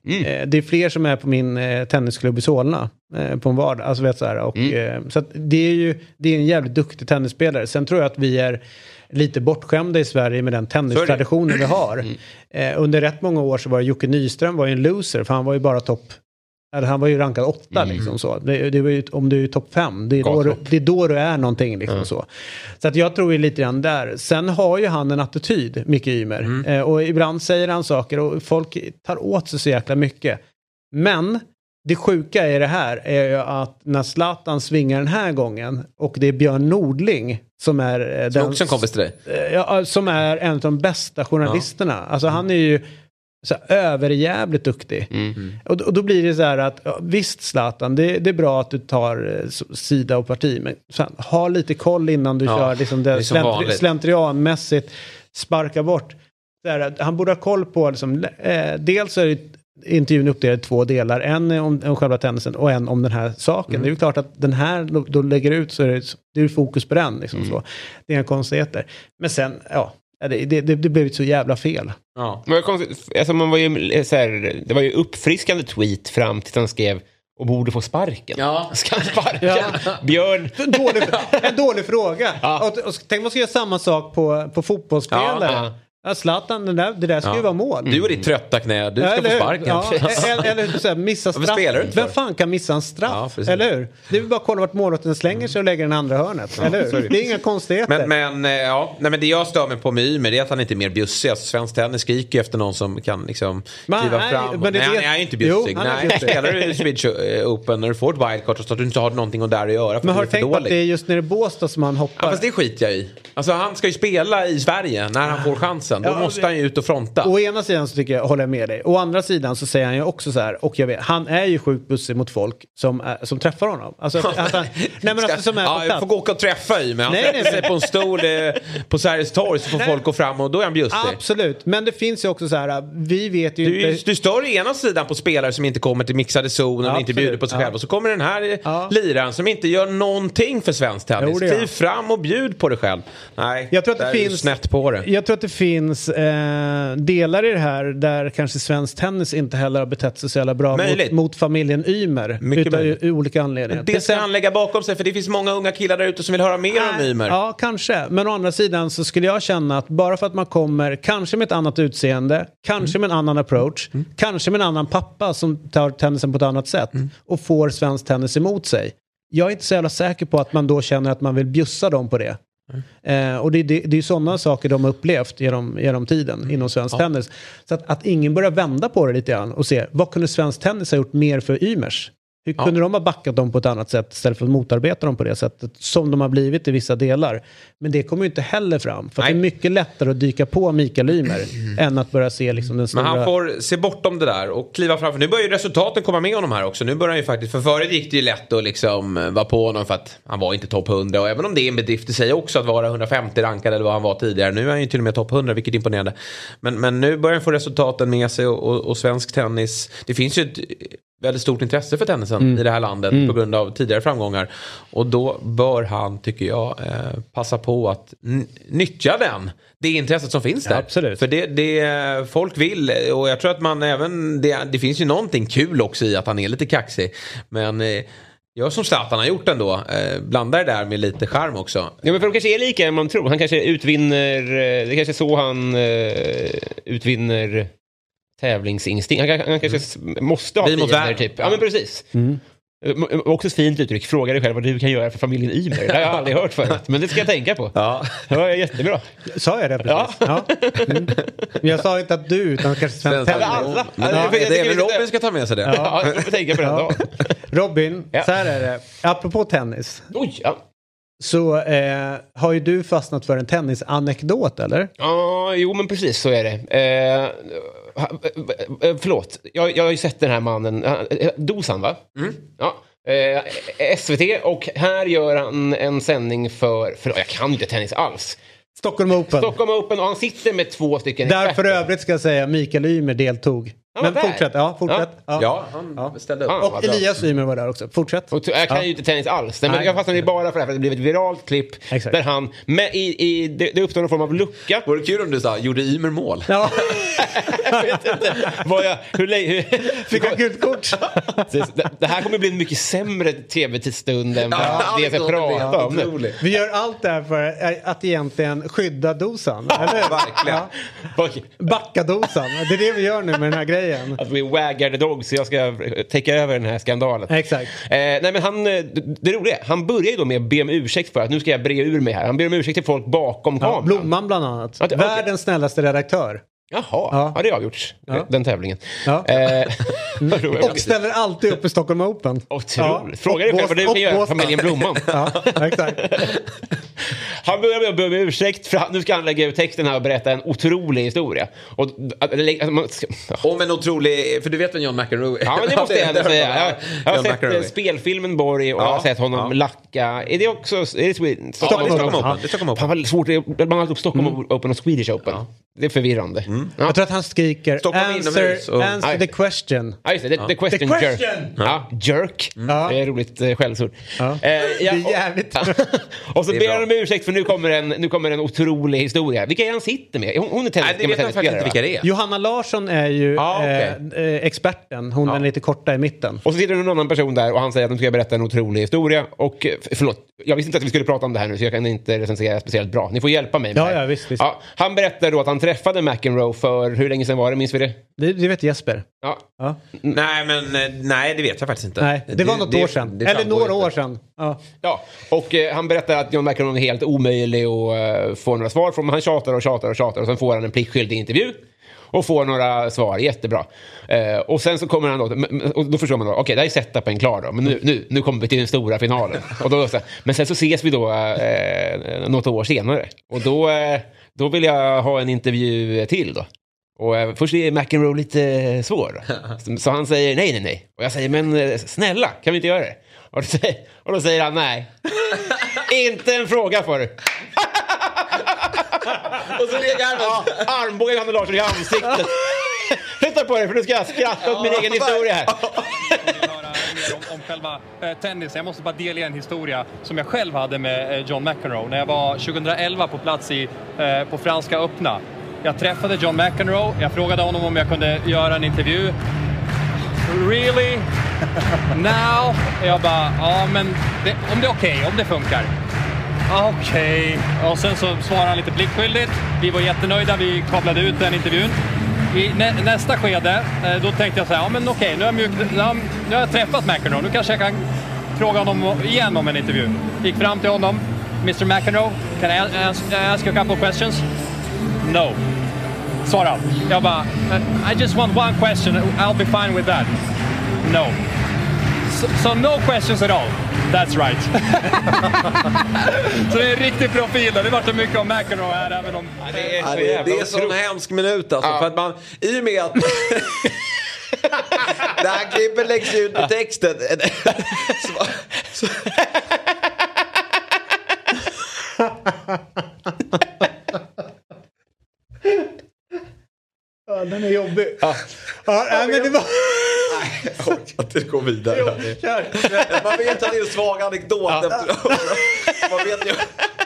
Det är fler som är på min tennisklubb i Solna på en vardag. Alltså, vet så här, och, så att det är en jävligt duktig tennisspelare. Sen tror jag att vi är lite bortskämda i Sverige med den tennistraditionen vi har. Under rätt många år så var Jocke Nyström var ju en loser, för han var ju bara han var ju rankad 8 liksom så. Det var ju, om du är topp 5, det är då du är någonting liksom så. Så att jag tror ju lite grann där. Sen har ju han en attityd, Micke Ymer. Och ibland säger han saker och folk tar åt sig så jäkla mycket. Men det sjuka i det här är ju att när Zlatan svingar den här gången och det är Björn Nordling som är som också en kompis till dig. Ja, som är en av de bästa journalisterna. Alltså han är ju så överjävligt duktig. Och då blir det så här att visst Zlatan, det är bra att du tar sida och parti, men fan, ha lite koll innan du kör liksom det slentrianmässigt sparka bort. Så här, han borde ha koll på liksom, dels är det intervjun uppdelad i 2 delar, en om själva tennisen och en om den här saken. Det är ju klart att den här då lägger ut så är det fokus på den liksom så. Det är inga konstigheter. Men sen det blev så jävla fel. Ja. Men alltså man var ju så här, det var ju uppfriskande tweet fram till han skrev och borde få sparken. Ja. Ska han sparka? Björn. En dålig fråga. Ja. Och tänk man ska göra samma sak på fotbollsspelare. Ja. Zlatan, det där ska ju vara mål. Du och ditt trötta knä, du ska få sparken. Eller så här, missa straff. Vem fan kan missa en straff? Eller hur? Det är bara att kolla vart målvakten slänger sig och lägger den andra hörnet. Eller hur? Det är inga konstigheter. Men det jag stör mig på med Ymer är att han inte är mer bjussig. Alltså, svensk tennis skriker efter någon som kan liksom kliva fram. Men han är ju inte bjussig. Spelar du Swedish Open när du får ett wildcard så att du inte har någonting där att göra. Men har du tänkt på att det är just när det är Båstad som han hoppar? Ja, fast det skiter jag i. Alltså han ska ju spela i Sverige när han får chansen. Då måste han ju ut och fronta. Å ena sidan så tycker jag, håller jag med dig. Å andra sidan så säger han ju också så här, och jag vet, han är ju sjukt bussig mot folk som träffar honom. Alltså att han, som är jag får gå och träffa i, men han sätter sig på en stol på Sveriges torg så får folk gå fram och då är han bjussig. Absolut, men det finns ju också så här, vi vet ju inte... Du står i ena sidan på spelare som inte kommer till mixade zonen och inte bjuder på sig själv, och så kommer den här liraren som inte gör någonting för svensk tennis. Kliv fram och bjud på dig själv. Nej, jag tror att det finns snett på det. Jag tror att det finns delar i det här där kanske svensk tennis inte heller har betett sig så jävla bra mot familjen Ymer utav olika anledningar. Det ska han lägga bakom sig, för det finns många unga killar där ute som vill höra mer om Ymer. Ja, kanske. Men å andra sidan så skulle jag känna att bara för att man kommer kanske med ett annat utseende, kanske med en annan approach, kanske med en annan pappa som tar tennisen på ett annat sätt och får svensk tennis emot sig. Jag är inte så jävla säker på att man då känner att man vill bjussa dem på det. Och det är ju sådana saker de har upplevt genom tiden inom svensk tennis. Så att ingen börjar vända på det lite grann och se, vad kunde svensk tennis ha gjort mer för Ymers? Hur kunde de ha backat dem på ett annat sätt istället för att motarbeta dem på det sättet som de har blivit i vissa delar? Men det kommer ju inte heller fram. För att det är mycket lättare att dyka på Mikael Ymer än att börja se liksom den stora... Men han får se bortom det där och kliva framför. Nu börjar ju resultaten komma med honom här också. Nu börjar han ju faktiskt... För förut gick det ju lätt att liksom vara på honom för att han var inte topp 100. Och även om det är en bedrift i sig också att vara 150 rankad eller vad han var tidigare. Nu är han ju till och med topp 100, vilket är imponerande. Men nu börjar han få resultaten med sig och svensk tennis... Det finns ju ett väldigt stort intresse för tennisen i det här landet på grund av tidigare framgångar. Och då bör han, tycker jag, passa på att nyttja det intresset som finns där. Ja, absolut. För det folk vill, och jag tror att man även, det finns ju någonting kul också i att han är lite kaxig. Men jag som Zlatan har gjort ändå, blandar det där med lite charm också. Ja, men för de kanske är lika än man tror. Han kanske utvinner, det kanske är så han utvinner tävlingsinstinkt. Han kanske måste ha fiender typ. Ja, men precis. Också ett fint uttryck. Fråga dig själv vad du kan göra för familjen Ymer. Det har jag aldrig hört förut. Men det ska jag tänka på. Ja. Det var jättebra. Sa jag det precis? Ja. Jag sa inte att du, utan kanske svensk tennis. Alla. Det är väl Robin ska ta med sig det. Ja, jag får tänka på den dagen. Robin, så här är det. Apropå tennis. Oj, ja. Så har ju du fastnat för en tennisanekdot, eller? Ja, jo men precis så är det. Förlåt, jag har ju sett den här mannen, Dosan va? Ja. SVT, och här gör han en sändning för jag kan inte tennis alls. Stockholm Open, och han sitter med 2 stycken där experter. För övrigt ska jag säga Mikael Ymer deltog. Men fortsätt. Ja, han ställde upp. Och Elias Ymer var där också. Fortsätt. Jag kan ju inte tennis alls. Men jag fastnade bara för det blev ett viralt klipp. Exakt. Där han, det uppstår någon form av lucka. Var det kul om du sa, gjorde Ymer mål? Ja. Jag vet inte. Fick han gult kort? Det här kommer bli en mycket sämre tv-stund än det jag ska prata om. Vi gör allt det här för att egentligen skydda dosan. Eller? Verkligen. Backa dosan. Det är det vi gör nu med den här grejen. Att vi waggar the dog, så jag ska täcka över den här skandalen. Exakt. Nej, men det roliga, han börjar ju då med att be om ursäkt för att nu ska jag bre ur mig här. Han ber om ursäkt till folk bakom kameran. Blomman bland annat. Världens snällaste redaktör. Jaha, ja, det har avgjorts. Den tävlingen. Ja. Och ställer alltid upp i Stockholm Open. Otroligt. Fråga dig själv vad du kan göra familjen Blomman. Ja, exakt. Han börjar med att be om ursäkt för nu ska han lägga ut texten här och berätta en otrolig historia. Om en otrolig, för du vet vem John McEnroe är. Ja, men det måste jag ändå säga. Jag har sett spelfilmen Borg och jag har sett honom lacka. Är det också Stockholm Open? Han var svårt, man har upp Stockholm Open och Swedish Open. Det är förvirrande. Jag tror att han skriker answer the question. Ja, just det. The question jerk. Ja, jerk. Det är roligt skällsord. Det är jävligt. Och så ber han om ursäkt för nu kommer en otrolig historia. Vilka är han sitter med? Hon är tennisspelare. Johanna Larsson är ju experten. Hon är lite korta i mitten. Och så sitter det någon annan person där och han säger att de ska berätta en otrolig historia. Och förlåt, jag visste inte att vi skulle prata om det här nu så jag kan inte recensera speciellt bra. Ni får hjälpa mig med det. Ja, visst. Ja, han berättar då att han träffade McEnroe för hur länge sedan var det? Minns vi det? Det vet Jesper. Ja. Nej, det vet jag faktiskt inte. Nej, det var något år sedan. Eller några år sedan. Ja, och han berättar att John McEnroe är helt omöjlig att få några svar från. Han tjatar och sen får han en pliktskyldig intervju och får några svar, jättebra. Och sen så kommer han då, och då förstår man då, okej, det här är setupen klar då, men nu kommer vi till den stora finalen. Och då, men sen så ses vi då något år senare. Och då vill jag ha en intervju till då. Och först är McEnroe lite svår. Så han säger nej. Och jag säger, men snälla, kan vi inte göra det? Och då säger han nej. Inte en fråga för det. Och så lägger han armbågen Hanna Larsson i ansiktet. Titta på det, för nu ska jag skratta åt min egen historia här. Om själva tennis. Jag måste bara dela en historia som jag själv hade med John McEnroe. När jag var 2011 på plats på Franska öppna. Jag träffade John McEnroe. Jag frågade honom om jag kunde göra en intervju. Really? Now? Jag bara, men om det är okej, om det funkar. Okej. Och sen så svarade han lite pliktskyldigt. Vi var jättenöjda, vi kablade ut den intervjun. I nästa skede, då tänkte jag så här, men okej, nu har jag träffat McEnroe. Nu kanske jag kan fråga honom igen om en intervju. Gick fram till honom. Mr. McEnroe, can I ask you a couple of questions? No. Svara han. Jag bara, I just want one question. I'll be fine with that. No. So no questions at all. That's right. Så det är en riktig profil. Det var så mycket om McEnroe här. Även om det är så en hemsk minut alltså. För att man, i och med att det här klippet läggs ut med texten. Den är jobbig. Men det var... Nej, jag orkar inte gå vidare. Man vet att det är en svag anekdot. Man vet ju.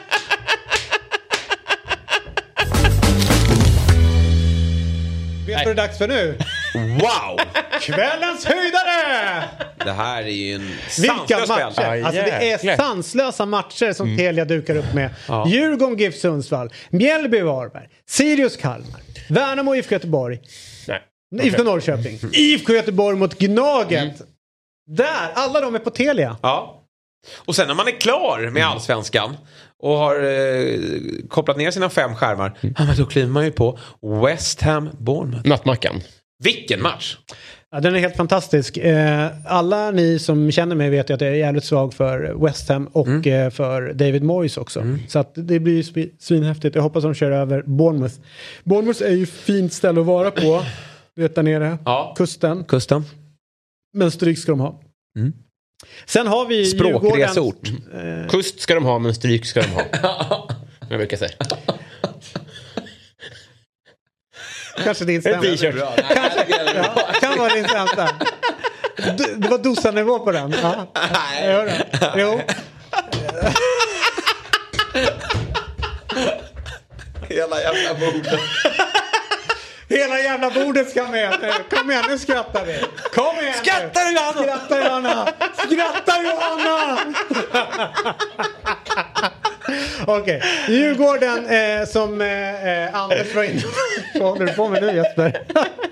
Vet du vad det är dags för nu? Wow! Kvällens höjdare! Det här är ju en vilka matcher? Alltså det är sanslösa matcher som Telia dukar upp med. Djurgården, GIF Sundsvall, Mjällby, Varberg, Sirius, Kalmar, Värnamo, IFK Göteborg. IFK Norrköping. IFK Göteborg mot Gnaget. Där, alla de är på Telia. Ja. Och sen när man är klar med Allsvenskan och har kopplat ner sina 5 skärmar, men då kliver man ju på West Ham Bournemouth. Nattmackan. Vilken match! Ja, den är helt fantastisk. Alla ni som känner mig vet ju att jag är jävligt svag för West Ham och för David Moyes också. Så att det blir ju svinhäftigt. Jag hoppas de kör över Bournemouth. Bournemouth är ju fint ställe att vara på. Vet där nere. Ja. Kusten. Men stryk ska de ha. Sen har vi språkresort. Kust ska de ha, men stryk ska de ha. Jag brukar säga. Kanske din sämsta. t-shirt. Kan vara din sämsta. Det var dosanivå på den. Ja. Nej. Jo. Hela jävla bordet. Hela jävla bordet ska med nu. Kom igen, nu skrattar vi. Kom igen. Skrattar du, Johanna? Skrattar Johanna. Skrattar Johanna. Okej. Djurgården som Anders var inne. Vad håller du på med nu, Jesper?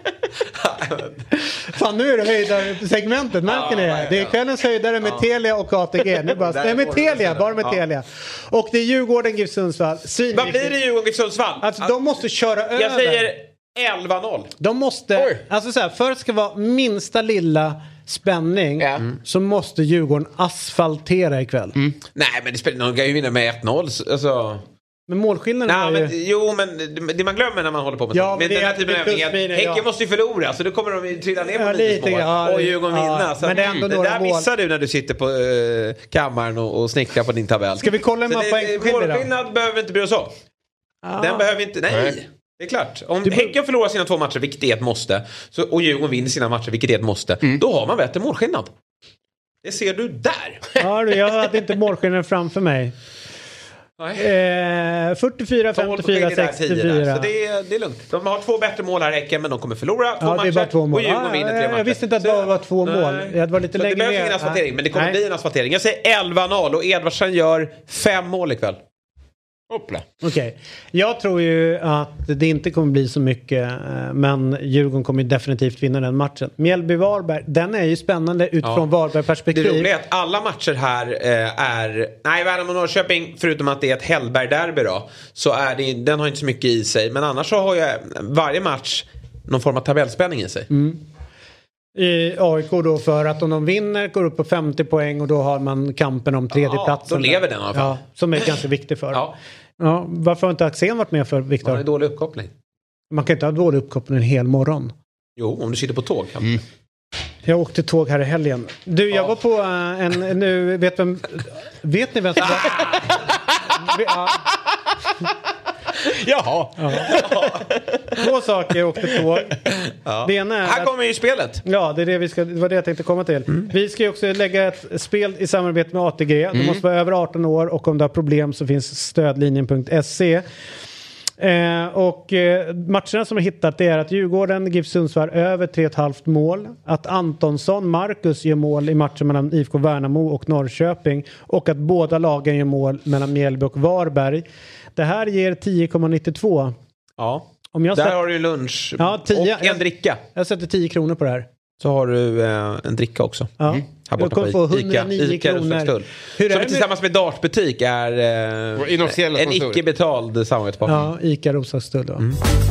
Fan, nu är det höjdarsegmentet, märker ni det? Det är kvällens höjdare med Telia och ATG. Nu bara, nej, med Telia, bara med Telia. Och det är Djurgården, GIF Sundsvall. Vad blir det Djurgården, GIF Sundsvall? Alltså, de måste köra över. Jag säger 11-0. De måste, alltså så här, för att det ska vara minsta lilla spänning så måste Djurgården asfaltera ikväll. Nej, men det spelar, de kan ju vinna med 1-0. Alltså... Men målskillnaden är ju... Jo, men det man glömmer när man håller på med sånt. Men den här typen av övningar, Häcken måste ju förlora, så då kommer de trilla ner på lite små. Och Djurgården vinna. Så men det är ändå några där mål. missar du när du sitter på kammaren och snickrar på din tabell. Ska vi kolla hur man poängskiljer då? Målskillnad behöver vi inte bry oss om. Den behöver inte, nej. Det är klart. Om Häcken förlorar sina 2 matcher, vilket är ett måste, och Djurgården vinner sina matcher, vilket är ett måste, då har man bättre målskillnad. Det ser du där. Ja, jag hade inte målskillnaden framför mig. 44, 54, 64. Så det är lugnt. De har 2 bättre mål här Häcken, men de kommer förlora 2 matcher. Det är bara 2 mål. Och Djurgården vinner 3 matcher. Jag visste inte att det var 2 mål. Det var lite längre. Det behövs ingen asfaltering, men det kommer bli en asfaltering. Jag säger 11-0 och Edvardsen gör 5 mål ikväll. Okej. Jag tror ju att det inte kommer bli så mycket, men Djurgården kommer ju definitivt vinna den matchen. Mjällby-Varberg, den är ju spännande utifrån Varberg-perspektiv. Det roliga är att alla matcher här är... Nej, Värnamo och Norrköping, förutom att det är ett Hellberg-derby då, så är det, den har inte så mycket i sig. Men annars så har jag varje match någon form av tabellspänning i sig. I AIK då, för att om de vinner går upp på 50 poäng och då har man kampen om tredjeplatsen. Då lever den i alla fall. Ja, som är ganska viktig för. Ja, varför har inte Axén varit med för, Viktor? Man har dålig uppkoppling. Man kan inte ha dålig uppkoppling en hel morgon. Jo, om du sitter på tåg. Jag åkte tåg här i helgen. Du, jag var på nu, vet ni vem som var... Jaha. 2 saker jag åkte tåg. Det ena är här kommer ju spelet. Ja, det var det jag tänkte komma till. Vi ska ju också lägga ett spel i samarbete med ATG. Du måste vara över 18 år och om du har problem så finns stödlinjen.se. Matcherna som jag hittat det är att Djurgården, GIF Sundsvall över 3,5 mål. Att Antonsson, Marcus gör mål i matchen mellan IFK Värnamo och Norrköping. Och att båda lagen gör mål mellan Mjällby och Varberg. Det här ger 10,92. Ja, där har du lunch och en dricka. Jag sätter 10 kronor på det här. Så har du en dricka också. Ja. Jag kommer få 109 kronor. Som tillsammans med Dartbutik är en icke-betald samarbetspartner. Ja, ICA Roslagstull då.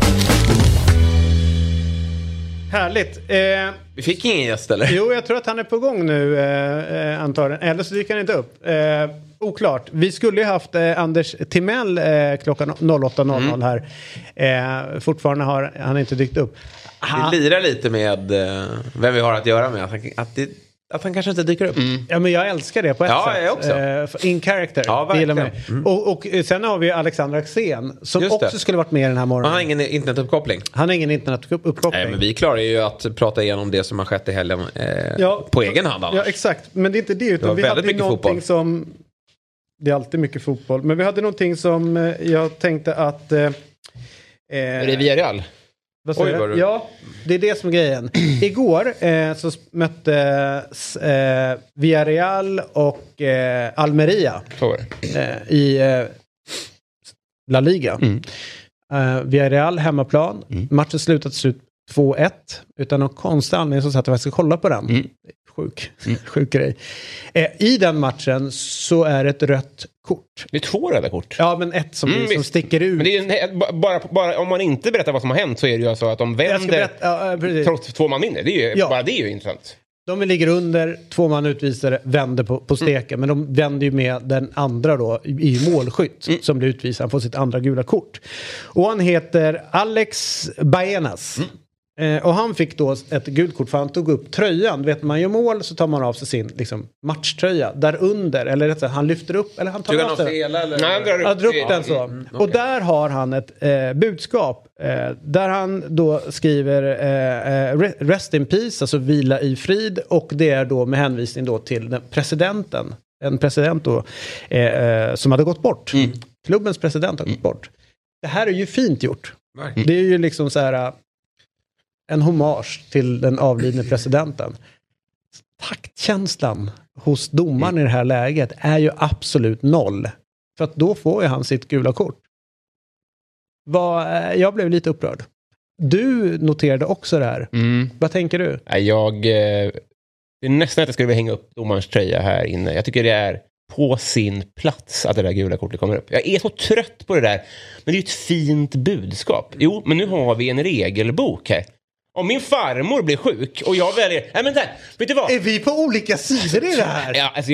Härligt. Vi fick ingen gäst eller? Jo, jag tror att han är på gång nu antagligen. Eller så dyker han inte upp. Oklart. Vi skulle ju haft Anders Timell klockan 08.00 här. Fortfarande har han inte dykt upp. Vi lirar lite med vem vi har att göra med. Att han kanske inte dyker upp. Ja, men jag älskar det på ett sätt. Jag också. In character. Ja, verkligen. Och sen har vi Alexander Axén som också skulle varit med den här morgonen. Han har ingen internetuppkoppling. Han har ingen internetuppkoppling. Nej, men vi klarar ju att prata igenom det som har skett i helgen på egen hand. Ja, exakt. Men det är inte det. Utan vi hade någonting fotboll. Som... Det är alltid mycket fotboll. Men vi hade någonting som jag tänkte att... Är det Villarreal? Ja, det är det som är grejen. Igår så möttes Villarreal och Almeria i La Liga. Villarreal hemmaplan. Matchen slutade slut 2-1 utan någon konstig anledning så satt jag ska kolla på den. Sjuk grej. I den matchen så är ett rött kort. Det är 2 röda kort. Ja, men ett som sticker ut. Men det är bara om man inte berättar vad som har hänt så är det ju alltså att de vänder trots 2 man vinner. Det är ju bara det är ju intressant. De ligger under, 2 man utvisare, vänder på steken. Men de vänder ju med den andra då i målskytt som blir utvisad. Han får sitt andra gula kort. Och han heter Alex Baenas. Och han fick då ett gult kort för han tog upp tröjan. Vet man gör mål så tar man av sig sin liksom, matchtröja. Där under, eller rätt sagt, han lyfter upp, eller han tar av sig. Nej, han drar upp den så. Okay. Och där har han ett budskap. Där han då skriver rest in peace, alltså vila i frid. Och det är då med hänvisning då till den presidenten. En president då som hade gått bort. Klubbens president har gått bort. Det här är ju fint gjort. Det är ju liksom så här en hommage till den avlidne presidenten. Taktkänslan hos domaren i det här läget är ju absolut 0. För att då får ju han sitt gula kort. Jag blev lite upprörd. Du noterade också det här. Vad tänker du? Det är nästan att jag skulle vilja hänga upp domarens tröja här inne. Jag tycker det är på sin plats att det där gula kortet kommer upp. Jag är så trött på det där. Men det är ju ett fint budskap. Jo, men nu har vi en regelbok här. Om min farmor blir sjuk och jag väljer... Nej, men där, vet du vad? Är vi på olika sidor i det här? Ja, alltså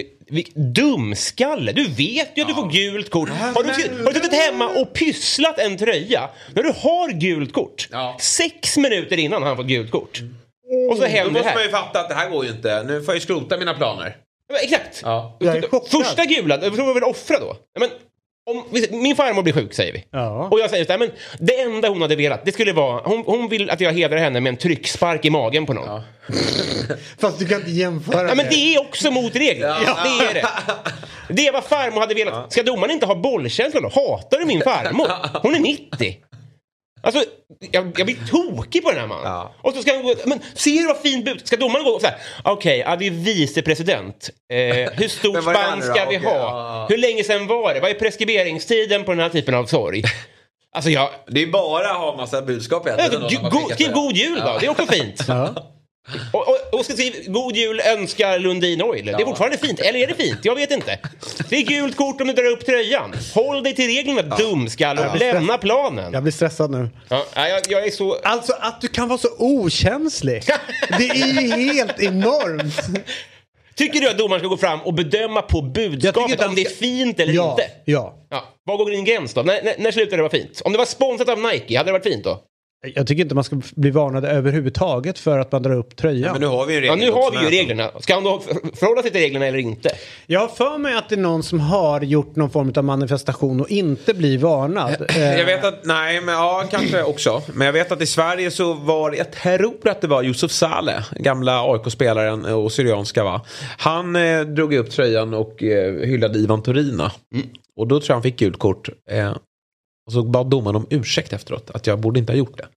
dumskalle. Du vet ju att du får gult kort. Har du suttit hemma och pysslat en tröja när du har gult kort? 6 minuter innan har han fått gult kort. Och så händer då måste det här. Man ju fatta att det här går ju inte. Nu får jag ju skrota mina planer. Ja, exakt. Ja. Första gula, då får vi väl offra då. Men om min farmor blir sjuk, säger vi. Ja. Och jag säger så här, men det enda hon hade velat, det skulle vara, hon vill att jag hedrar henne med en tryckspark i magen på någon. Ja. Fast du kan inte jämföra. Ja, men det är också mot regler. Ja. Det är det. Det är vad farmor hade velat. Ska domaren inte ha bollkänsla då? Hatar du min farmor? Hon är 90. Alltså, jag blir tokig på den här mannen. Ja. Och så ska han gå... Men ser du vad fin bud? Ska domaren gå så här? Okej, det är vicepresident. Hur stort spann ska vi ha? Ja. Hur länge sedan var det? Vad är preskriberingstiden på den här typen av sorg? Alltså, det är bara att ha massa budskap. Skriv god jul då. Det är också fint. Ja. Och ska skriva god jul önskar Lundin Oil. Det är fortfarande fint. Eller är det fint? Jag vet inte. Det är gult kort om du drar upp tröjan. Håll dig till reglerna, dumskall, och lämna planen. Jag blir stressad nu. Ja, jag är så... Alltså att du kan vara så okänslig. Det är ju helt enormt. Tycker du att domaren ska gå fram och bedöma på budskapet om det är fint eller inte? Ja. Vad går din gräns då? När slutar det vara fint? Om det var sponsrat av Nike, hade det varit fint då? Jag tycker inte man ska bli varnad överhuvudtaget för att man drar upp tröjan. Ja, men nu har vi ju reglerna. Nu har vi ju reglerna. Ska han då förhålla sig till reglerna eller inte? Jag har för mig att det är någon som har gjort någon form av manifestation och inte blir varnad. Jag vet att, kanske också. Men jag vet att i Sverige så var jag tror att det var Yusuf Saleh, gamla AIK-spelaren och syrianska va. Han drog upp tröjan och hyllade Ivan Torina. Och då tror jag han fick gult kort. Och så bad domaren om ursäkt efteråt. Att jag borde inte ha gjort det.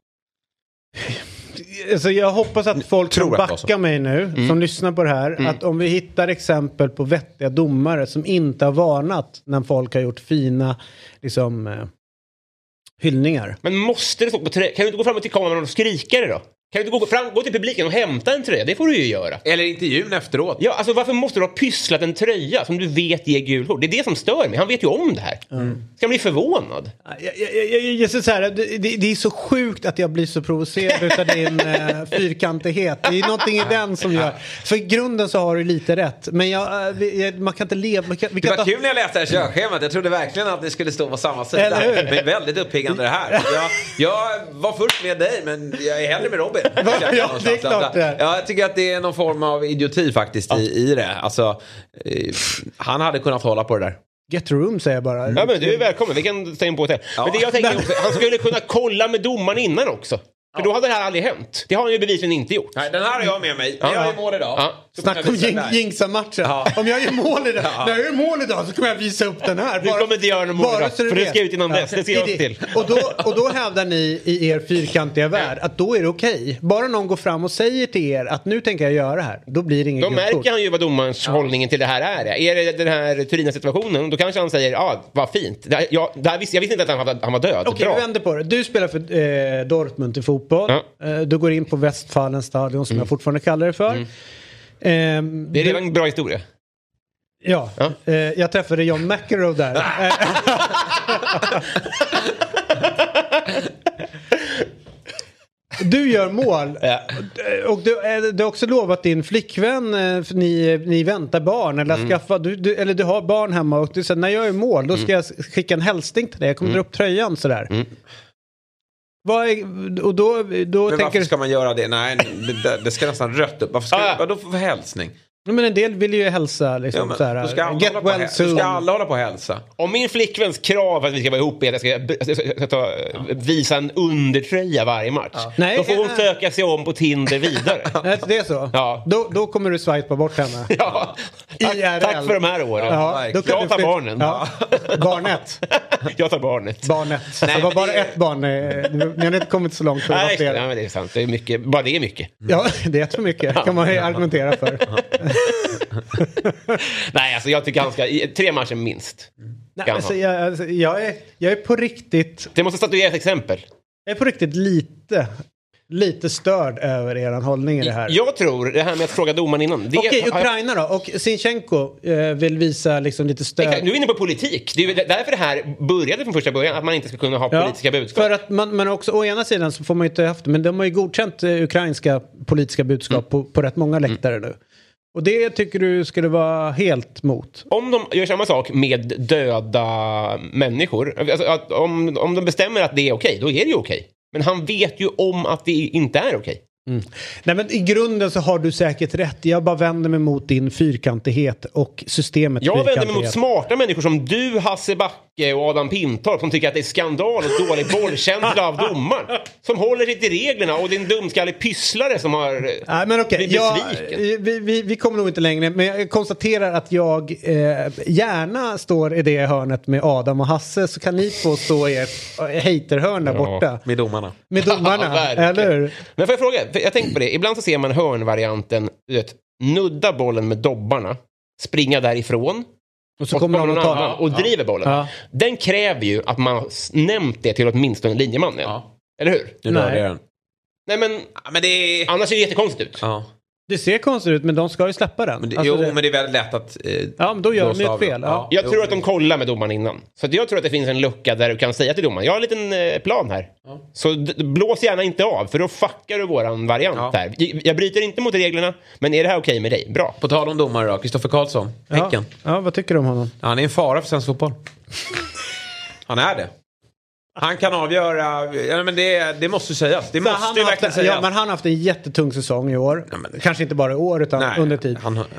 Alltså jag hoppas att folk som backar mig nu, som lyssnar på det här, att om vi hittar exempel på vettiga domare som inte har varnat när folk har gjort fina liksom, hyllningar. Men måste det stå på kan du inte gå fram till kameran och skrika det då? Kan du inte gå till publiken och hämta en tröja? Det får du ju göra. Eller intervjun efteråt. Ja, alltså varför måste du ha pysslat en tröja som du vet ger gult kort? Det är det som stör mig. Han vet ju om det här. Ska han bli förvånad? Jag så här, det är så sjukt att jag blir så provocerad av din fyrkantighet. Det är någonting i den som gör... För i grunden så har du lite rätt. Men man kan inte leva... Det var kul när jag läste det här körschemat. Jag trodde verkligen att det skulle stå på samma sida. Men väldigt uppiggande det här. Jag var först med dig, men jag är hellre med Robin. Ja, det är klart det. Jag tycker att det är någon form av idioti faktiskt i det. Alltså, han hade kunnat hålla på det där. Get room säger jag bara. Ja, men du är välkommen. Vi kan stänga på det. Men det jag tänker också, han skulle kunna kolla med domaren innan också. För då hade det här aldrig hänt. Det har han ju bevisligen inte gjort. Nej, den här har jag med mig. Jag gör mål idag. Snacka om jinxa-matchen. Om jag gör mål idag. När jag gör mål idag så kommer jag visa upp den här. Du kommer inte göra någon mål idag. För det ska ut innan dess. Det ska jag till. Och då hävdar ni i er fyrkantiga värld att då är det okej. Bara någon går fram och säger till er att nu tänker jag göra det här. Då blir det ingen gult kort. Då märker han ju vad domarens hållningen till det här är. Är det den här Turina-situationen, då kanske han säger vad fint. Jag visste inte att han var död. Okej, vi vänder på det. Du spelar för Dortmund i fotboll. Du går in på Westfalen stadion som jag fortfarande kallar det för. Det är redan en bra historia. Ja. Jag träffade John McEnroe där. Du gör mål. Och du har också lovat din flickvän, ni väntar barn eller skaffa, eller du har barn hemma och du säger när jag gör mål då ska jag skicka en hälsning till dig. Jag kommer dra upp tröjan sådär. Och då Men tänker varför ska man göra det? Nej, det ska nästan rött upp. Varför ska vadå för hälsning? Men en del vill ju hälsa liksom, Ja, så här, då ska alla get hålla well på, soon. då ska alla hålla på att hälsa. Om min flickväns krav för att vi ska vara ihop är att jag ska visa en undertröja varje match. Nej, då får hon söka sig om på Tinder vidare. Det är så? Ja. Då kommer du swipa bort henne. Ja. Tack för de här åren. Ja, då kan jag tar barnen. Ja. Barnet. Jag tar barnet. Det var bara ett barn. Ni har inte kommit så långt för att Nej, men det är sant. Det är mycket. Bara det är mycket. Ja, det är för mycket. Kan man ju argumentera för. Nej, alltså jag tycker han ska 3 matcher minst. Nej, alltså, jag är på riktigt... Det måste statuera ett exempel. Jag är på riktigt lite störd över er hållning i det här. Jag tror det här med att fråga domaren innan. Okej, Ukraina då. Och Zinchenko vill visa liksom lite stöd. Nu är vi inne på politik. Det är därför det här började från första början. Att man inte ska kunna ha politiska budskap. För att man också, å ena sidan så får man ju inte haft... Men de har ju godkänt ukrainska politiska budskap på rätt många läktare nu. Och det tycker du skulle vara helt mot? Om de gör samma sak med döda människor. Alltså om de bestämmer att det är okej, då är det ju okej. Men han vet ju om att det inte är okej. Nej, men i grunden så har du säkert rätt. Jag bara vänder mig mot din fyrkantighet och systemet. Jag vänder mig mot smarta människor som du, Hasse Backe och Adam Pintorp som tycker att det är skandal och dålig bollkänsla av domaren. Som håller sig till reglerna och det är en dumskallig pysslare som har blivit besviken. Vi kommer nog inte längre, men jag konstaterar att jag gärna står i det hörnet med Adam och Hasse, så kan ni få stå i ett haterhörn där borta. Med domarna. Med domarna, eller hur? Men får jag fråga, för jag tänkte på det. Ibland så ser man hörnvarianten, nudda bollen med dobbarna, springa därifrån och så kommer någon annan och driver bollen. Ja. Den kräver ju att man nämnt det till åtminstone linjemannen. Ja. Eller hur? Nej, men det är... Annars ser det jättekonstigt ut. Ja. Det ser konstigt ut, men de ska ju släppa den. Men men det är väldigt lätt att... ja, men då gör de ju ett fel. Ja. Jag tror att de kollar med domaren innan. Så jag tror att det finns en lucka där du kan säga till domaren, jag har en liten plan här. Ja. Så blås gärna inte av, för då fuckar du våran variant här. Jag bryter inte mot reglerna, men är det här okej med dig? Bra. På tal om domare då, Kristoffer Karlsson, Häcken. Ja, vad tycker du om honom? Han är en fara för svensk fotboll. Han är det. Han kan avgöra, men det måste sägas. Det måste ju verkligen sägas. Ja, men han har haft en jättetung säsong i år. Ja, kanske inte bara i år, utan under tid.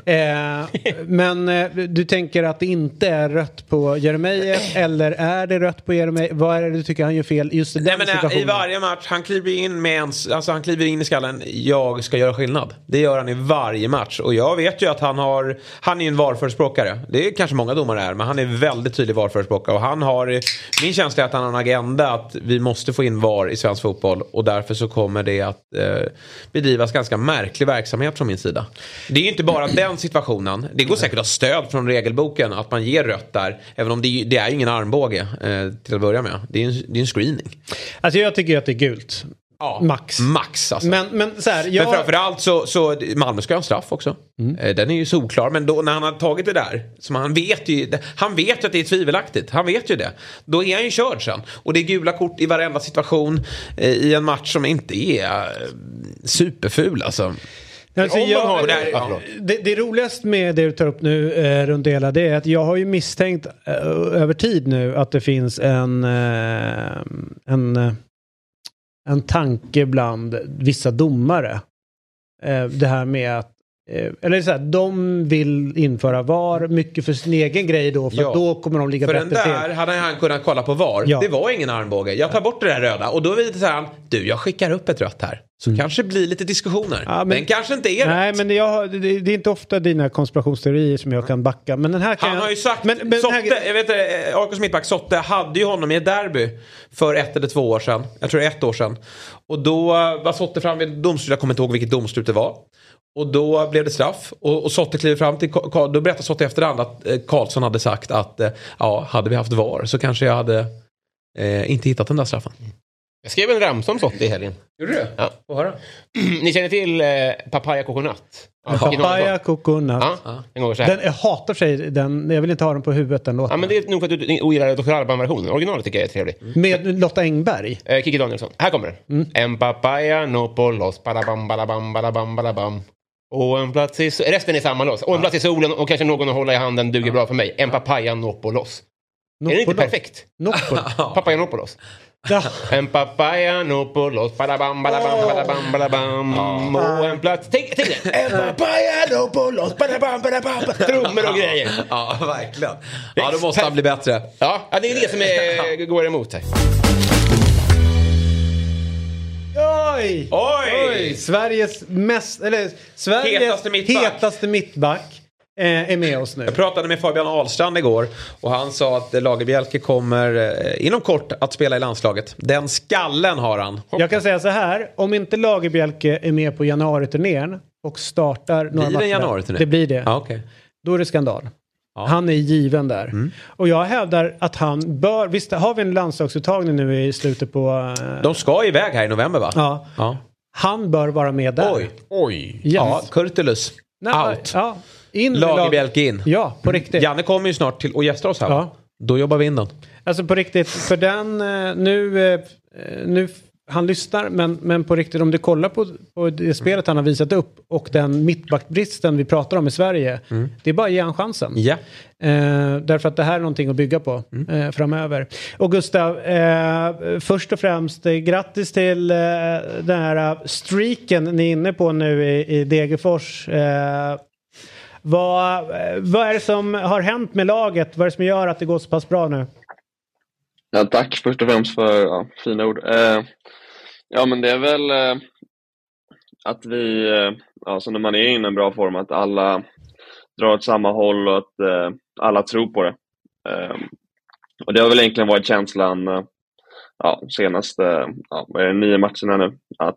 Men du tänker att det inte är rött på Jeremejeff, eller är det rött på Jeremejeff? Vad är det du tycker han gör fel just i den situationen? I varje match, han kliver in i skallen, jag ska göra skillnad. Det gör han i varje match. Och jag vet ju att han är en varförespråkare. Det är kanske många domare är, men han är väldigt tydlig varförespråkare. Och han har, min känsla är att han har en agenda att vi måste få in VAR i svensk fotboll, och därför så kommer det att bedrivas ganska märklig verksamhet från min sida. Det är ju inte bara den situationen. Det går säkert att stöd från regelboken att man ger rött där, även om det är ingen armbåge till att börja med. Det är en screening. Alltså jag tycker att det är gult. Ja, max alltså. Men så här, men framförallt så Malmö ska ha en straff också. Den är ju solklar, men då när han har tagit det där, som han vet ju att det är tvivelaktigt. Han vet ju det. Då är han ju körd sen. Och det är gula kort i varenda situation i en match som inte är superful alltså. Alltså det roligaste med det du tar upp nu runt hela, det är att jag har ju misstänkt över tid nu att det finns en tanke bland vissa domare. Det här med att eller så här, de vill införa VAR mycket för sin egen grej då, för då kommer de ligga bättre till. För den där hade han kunnat kolla på VAR. Ja. Det var ingen armbåge. Jag tar bort det där röda, och då visar han, jag skickar upp ett rött här. Så kanske det blir lite diskussioner. Ja, men kanske inte är nej, rätt. Men det är inte ofta dina konspirationsteorier som jag kan backa. Men den här kan han har ju sagt, Sotte, jag vet inte, AIKs mittback Sotte hade ju honom i ett derby för 1 eller 2 år sedan. Jag tror 1 år sedan. Och då var Sotte fram vid domslut, jag kommer inte ihåg vilket domslut det var. Och då blev det straff. Och Sotte kliver fram till då berättar Sotte efterhand att Karlsson hade sagt att hade vi haft VAR så kanske jag hade inte hittat den där straffen. Jag skrev en ramsa om Sotte i helgen. Gjorde du? Ja. Få höra. Ni känner till Papaya Coconut? Papaya Coconut. Jag hatar sig den. Jag vill inte ha den på huvudet, den låten. Ja, men det är nog för att du ogillar Dr. Alban-versionen. Originalet tycker jag är trevlig. Med Lotta Engberg. Kiki Danielsson. Här kommer den. En papaya no på loss. Badabam, badabam, badabam, badabam. Och en plats i... Resten är samma loss. Och en plats i solen och kanske någon att hålla i handen duger bra för mig. En papaya no på loss. Är det inte perfekt? Papaya no på loss. En papaya no på los badabam badabam badabam och en plats. Tänk det. En papaya no på los badabam badabam. Trummor och grejer. Ja, verkligen. Ja, då måste han bli bättre. Ja, det är det som går emot här. Oj! Sveriges hetaste mittback är med oss nu. Jag pratade med Fabian Ahlstrand igår och han sa att Lagerbielke kommer inom kort att spela i landslaget. Den skallen har han. Jag kan säga så här, om inte Lagerbielke är med på januariturnén och startar några matcher, det blir det. Okay. Då är det skandal. Ja. Han är given där. Och jag hävdar att han bör... Visst har vi en landslagsuttagning nu i slutet på... De ska iväg här i november, va? Ja. Han bör vara med där. Oj. Yes. Ja, Kurtulus. Out. Ja. Lagerbielke in. Ja, på riktigt. Janne kommer ju snart till och gästar oss här. Ja. Då jobbar vi in den. Alltså på riktigt, för den... Nu han lyssnar, men på riktigt, om du kollar på det spelet han har visat upp och den mittbackbristen vi pratar om i Sverige, det är bara att ge han chansen. Ja. Därför att det här är någonting att bygga på framöver. Och Gustav, först och främst, grattis till den här streaken ni är inne på nu i Degerfors. Vad är det som har hänt med laget? Vad är det som gör att det går så pass bra nu? Ja, tack först och främst för fina ord. Ja, men det är väl att vi, alltså när man är i en bra form, att alla drar åt samma håll och att alla tror på det. Och det har väl egentligen varit känslan senaste 9 matcherna nu. Att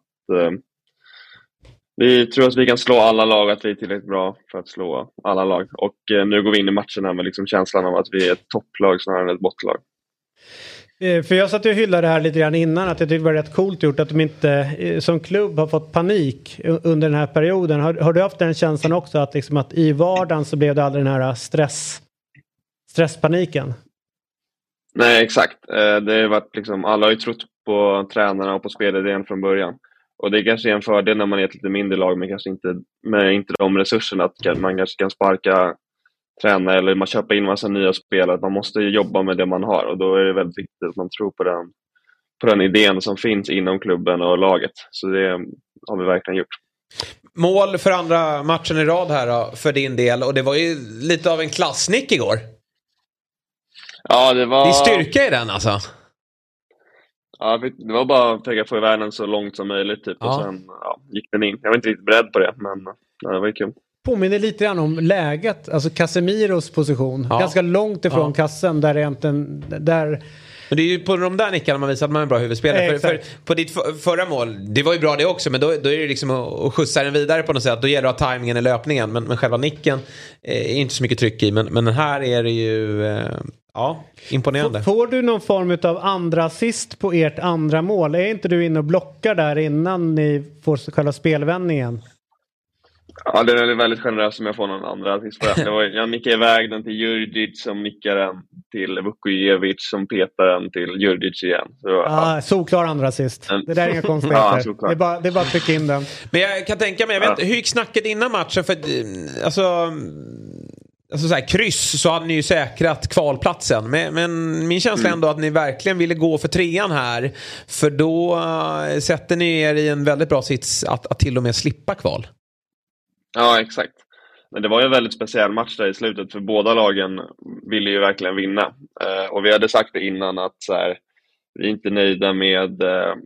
vi tror att vi kan slå alla lag, att vi är tillräckligt bra för att slå alla lag. Och nu går vi in i matcherna med liksom känslan av att vi är ett topplag snarare än ett bottlag. För jag satt och hyllade det här lite grann innan, att jag tyckte det var rätt coolt gjort att de inte som klubb har fått panik under den här perioden. Har du haft den känslan också att, liksom, att i vardagen så blev det aldrig den här stresspaniken? Nej, exakt. Det har varit liksom, alla har ju trott på tränarna och på spelidén från början. Och det kanske är en fördel när man är ett lite mindre lag, men kanske inte med de resurserna att man kanske kan sparka tränare eller man köper in massa nya spelare. Man måste jobba med det man har, och då är det väldigt viktigt att man tror på den idén som finns inom klubben och laget. Så det har vi verkligen gjort. Mål för andra matchen i rad här då, för din del, och det var ju lite av en klassnick igår. Ja, det var... Det är styrka i den alltså. Ja, det var bara att försöka få iväg den så långt som möjligt typ, och sen gick den in. Jag var inte riktigt beredd på det, men det var ju kul. Påminner lite grann om läget, alltså Casemiros position. Ganska långt ifrån kassen där egentligen... Men det är ju på de där nickarna man visar att man är en bra huvudspelare. För på ditt förra mål, det var ju bra det också, men då är det liksom att skjutsa den vidare på något sätt. Då gäller det att ha tajmingen i löpningen, men själva nicken är inte så mycket tryck i. Men den här är det ju imponerande. Får du någon form av andra assist på ert andra mål? Är inte du inne och blockar där innan ni får själva spelvändningen? Ja, det är väldigt generöst om jag får någon andra assist på det. Jag nickar iväg den till Djurdjic som nickar den till Vukojevic som petar den till Djurdjic igen. Solklar andra assist. Det där är inga konstigheter. Det är bara att trycka in den. Men jag kan tänka mig, jag vet inte, hur gick snacket innan matchen? För alltså så här, kryss så hade ni ju säkrat kvalplatsen. Men min känsla är ändå att ni verkligen ville gå för 3:an här. För då sätter ni er i en väldigt bra sits att till och med slippa kval. Ja, exakt. Men det var ju en väldigt speciell match där i slutet, för båda lagen ville ju verkligen vinna. Och vi hade sagt det innan att så här, vi är inte nöjda med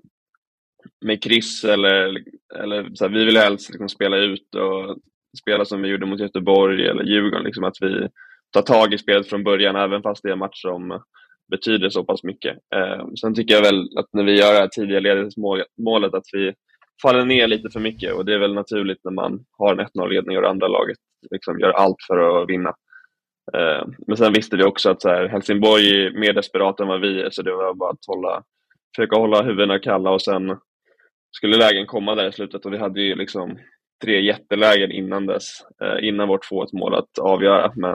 kryss eller så här, vi vill helst liksom spela ut och spela som vi gjorde mot Göteborg eller Djurgården, liksom att vi tar tag i spelet från början, även fast det är en match som betyder så pass mycket. Sen tycker jag väl att när vi gör det här tidiga ledningsmålet att vi faller ner lite för mycket, och det är väl naturligt när man har en 1-0-ledning och det andra laget liksom gör allt för att vinna. Men sen visste vi också att så här, Helsingborg är mer desperat än vad vi är, så det var bara att försöka hålla huvudena kalla, och sen skulle lägen komma där i slutet, och vi hade ju liksom 3 jättelägen innan vårt 2-1-mål att avgöra, men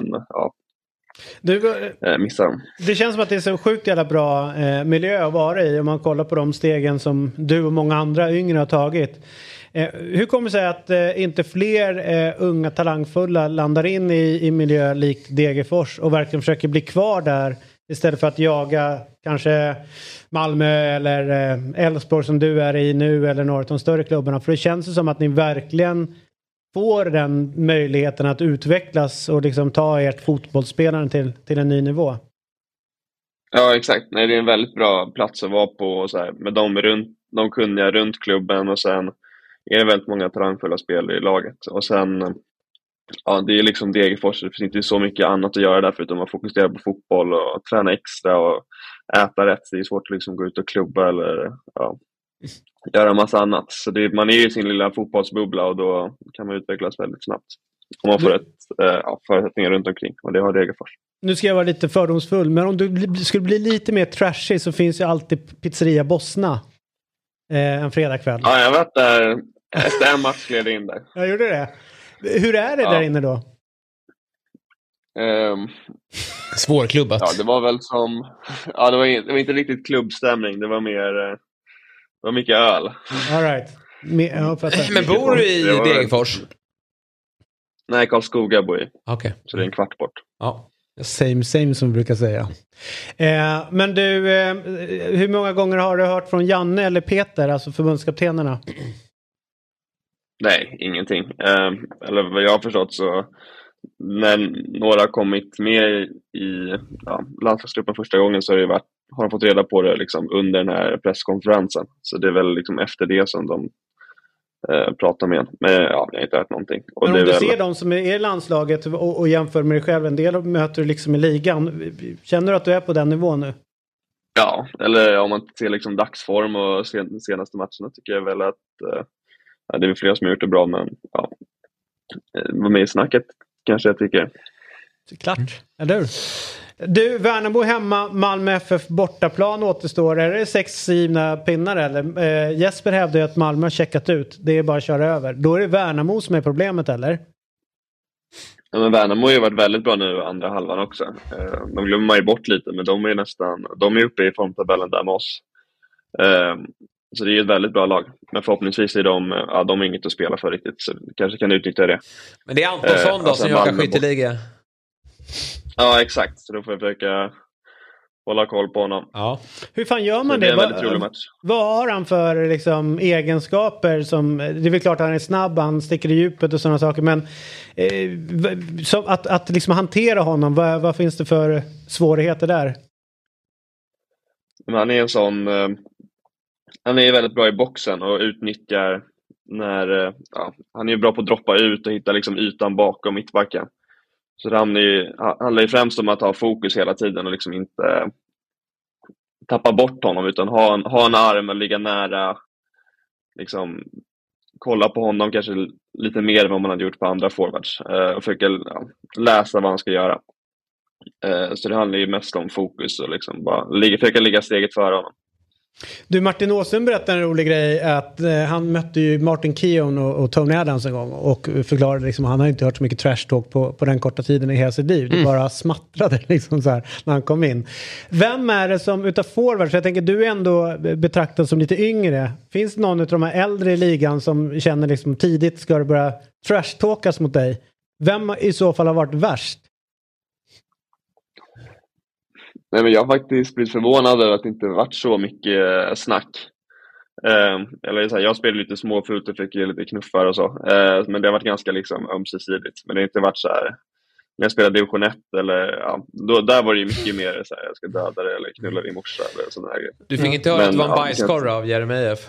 missar dem. Det känns som att det är så sjukt jävla bra miljö att vara i, om man kollar på de stegen som du och många andra yngre har tagit. Hur kommer det sig att inte fler unga talangfulla landar in i miljö likt Degerfors och verkligen försöker bli kvar där Istället för att jaga kanske Malmö eller Elfsborg som du är i nu eller några av de större klubbarna. För det känns som att ni verkligen får den möjligheten att utvecklas och liksom ta ert fotbollsspelande till en ny nivå. Ja, exakt. Nej, det är en väldigt bra plats att vara på och så här, med de kunniga runt klubben, och sen är det väldigt många talangfulla spelare i laget. Och sen, ja, det är liksom Degerfors, det finns inte så mycket annat att göra där förutom att fokusera på fotboll och träna extra och äta rätt. Det är svårt att liksom gå ut och klubba eller göra en massa annat. Så man är i sin lilla fotbollsbubbla och då kan man utvecklas väldigt snabbt. Om man får förutsättningar runt omkring, och det har Degerfors. Nu ska jag vara lite fördomsfull, men om du skulle bli lite mer trashig så finns ju alltid Pizzeria Bosna en fredagkväll. Ja, jag var där efter en match gled in där. Jag gjorde det. Hur är det där inne då? Svårklubbat. Ja, det var väl som... Ja, det var inte riktigt klubbstämning. Det var mer... Det var mycket öl. All right. Men bor du i Degerfors? Nej, Karlskoga bor i. Okej. Så det är en kvart bort. Ja. Same som vi brukar säga. Men du, hur många gånger har du hört från Janne eller Peter, alltså förbundskaptenerna? Nej, ingenting. Eller vad jag har förstått så när några har kommit med i landslagsgruppen första gången så har de fått reda på det liksom under den här presskonferensen. Så det är väl liksom efter det som de pratar med. Men ja, jag har inte hört någonting. Och men om det du ser de som är i landslaget och jämför med dig själv, en del möter du liksom i ligan. Känner du att du är på den nivån nu? Ja, eller om man ser liksom dagsform och senaste matcherna tycker jag väl att det är flera som har gjort det bra, men ja, var med i snacket kanske jag tycker. Klart, eller du, Värnamo hemma, Malmö FF bortaplan återstår. Är det 6 givna pinnar eller? Jesper hävdar ju att Malmö har checkat ut. Det är bara att köra över. Då är det Värnamo som är problemet, eller? Ja, men Värnamo har ju varit väldigt bra nu andra halvan också. De glömmer man ju bort lite, men de är uppe i formtabellen där med oss. Så det är ett väldigt bra lag. Men förhoppningsvis är de är inget att spela för riktigt. Så kanske kan utnyttja det. Men det är Antonsson då som jagar skytteliga. Ja, exakt. Så då får jag försöka hålla koll på honom. Ja. Hur fan gör man det? Det är en väldigt rolig match. Vad har han för liksom, egenskaper? Som, det är väl klart att han är snabb, han sticker i djupet och sådana saker. Men att liksom hantera honom, vad finns det för svårigheter där? Men han är en sån... Han är väldigt bra i boxen och utnyttjar när... han är ju bra på att droppa ut och hitta liksom ytan bakom mittbacken. Så det handlar ju främst om att ha fokus hela tiden och liksom inte tappa bort honom, utan ha en arm och ligga nära, liksom kolla på honom kanske lite mer än vad man hade gjort på andra forwards och försöka läsa vad han ska göra. Så det handlar ju mest om fokus och liksom bara försöka ligga steget före honom. Du, Martin Åsund berättade en rolig grej att han mötte ju Martin Keown och Tony Adams en gång och förklarade liksom, han har inte hört så mycket trash talk på den korta tiden i hela sitt liv. Det bara smattrade liksom så här när han kom in. Vem är det som utav forwards, jag tänker du är ändå betraktad som lite yngre. Finns det någon av de här äldre i ligan som känner liksom tidigt ska det börja trash talkas mot dig? Vem i så fall har varit värst? Nej, men jag har faktiskt blivit förvånad över att det inte varit så mycket snack. Eller så här, jag spelade lite småfult och fick lite knuffar och så. Men det har varit ganska liksom ömsesidigt. Men det har inte varit så här... När jag spelade division 1 eller... där var det ju mycket mer så här, jag ska döda dig eller knulla din morsa eller sådana här grejer. Du fick inte höra att det var en bajskorre av Jeremejeff?